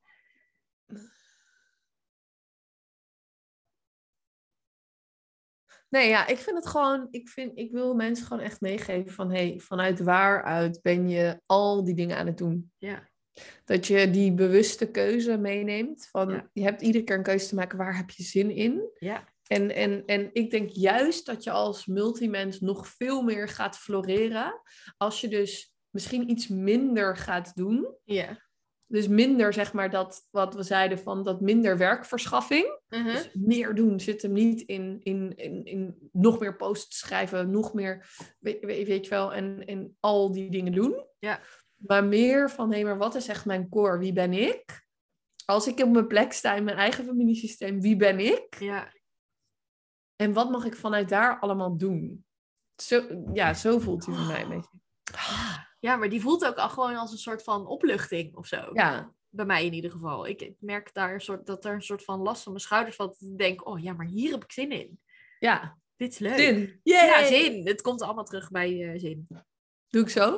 Nee, ja, ik vind het gewoon... Ik, vind, ik wil mensen gewoon echt meegeven van... Hey, vanuit waaruit ben je al die dingen aan het doen? Ja. Dat je die bewuste keuze meeneemt. Van, ja. Je hebt iedere keer een keuze te maken, waar heb je zin in? Ja. En, en, en ik denk juist dat je als multimens nog veel meer gaat floreren. Als je dus misschien iets minder gaat doen. Ja. Dus minder, zeg maar, dat wat we zeiden van dat minder werkverschaffing. Uh-huh. Dus meer doen zit hem niet in, in, in, in nog meer posts schrijven, nog meer, weet, weet je wel, en, en al die dingen doen. Ja. Maar meer van, hé, hey, maar wat is echt mijn core? Wie ben ik? Als ik op mijn plek sta in mijn eigen familiesysteem, wie ben ik? Ja. En wat mag ik vanuit daar allemaal doen? Zo, ja, zo voelt hij voor mij een beetje. Ja, maar die voelt ook al gewoon als een soort van opluchting of zo. Ja. Bij mij in ieder geval. Ik, ik merk daar een soort, dat er een soort van last van mijn schouders valt. Dat ik denk, oh ja, maar hier heb ik zin in. Ja. Dit is leuk. Zin. Yay. Ja, zin. Het komt allemaal terug bij uh, zin. Doe ik zo?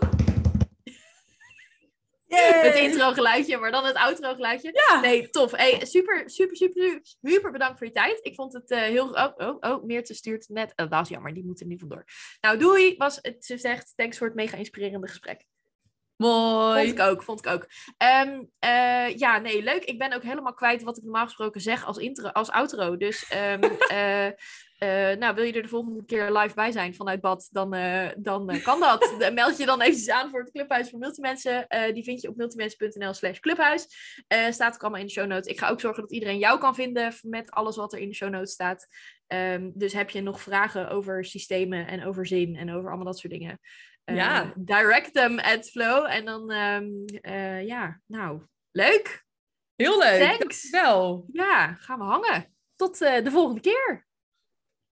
Yay. Het intro geluidje, maar dan het outro geluidje. Ja. Nee, tof. Hey, super, super, super, super bedankt voor je tijd. Ik vond het uh, heel... Oh, oh, oh, Meerte stuurt net... Oh, dat is jammer, die moet er niet vandoor. Nou, doei. Was, het, ze zegt, thanks voor het mega inspirerende gesprek. Mooi. Vond ik ook, vond ik ook. Um, uh, ja, nee, leuk. Ik ben ook helemaal kwijt wat ik normaal gesproken zeg als, intro, als outro. Dus, um, uh, uh, nou, wil je er de volgende keer live bij zijn vanuit bad, dan, uh, dan uh, kan dat. Meld je dan eventjes aan voor het Clubhuis voor Multimensen. Uh, die vind je op multimensen.nl slash clubhuis. Uh, staat ook allemaal in de show notes. Ik ga ook zorgen dat iedereen jou kan vinden met alles wat er in de show notes staat. Um, dus heb je nog vragen over systemen en over zin en over allemaal dat soort dingen. Uh, ja. Direct them at Flow. En dan, um, uh, ja, nou, leuk. Heel leuk. Thanks. Wel. Ja, gaan we hangen. Tot uh, de volgende keer.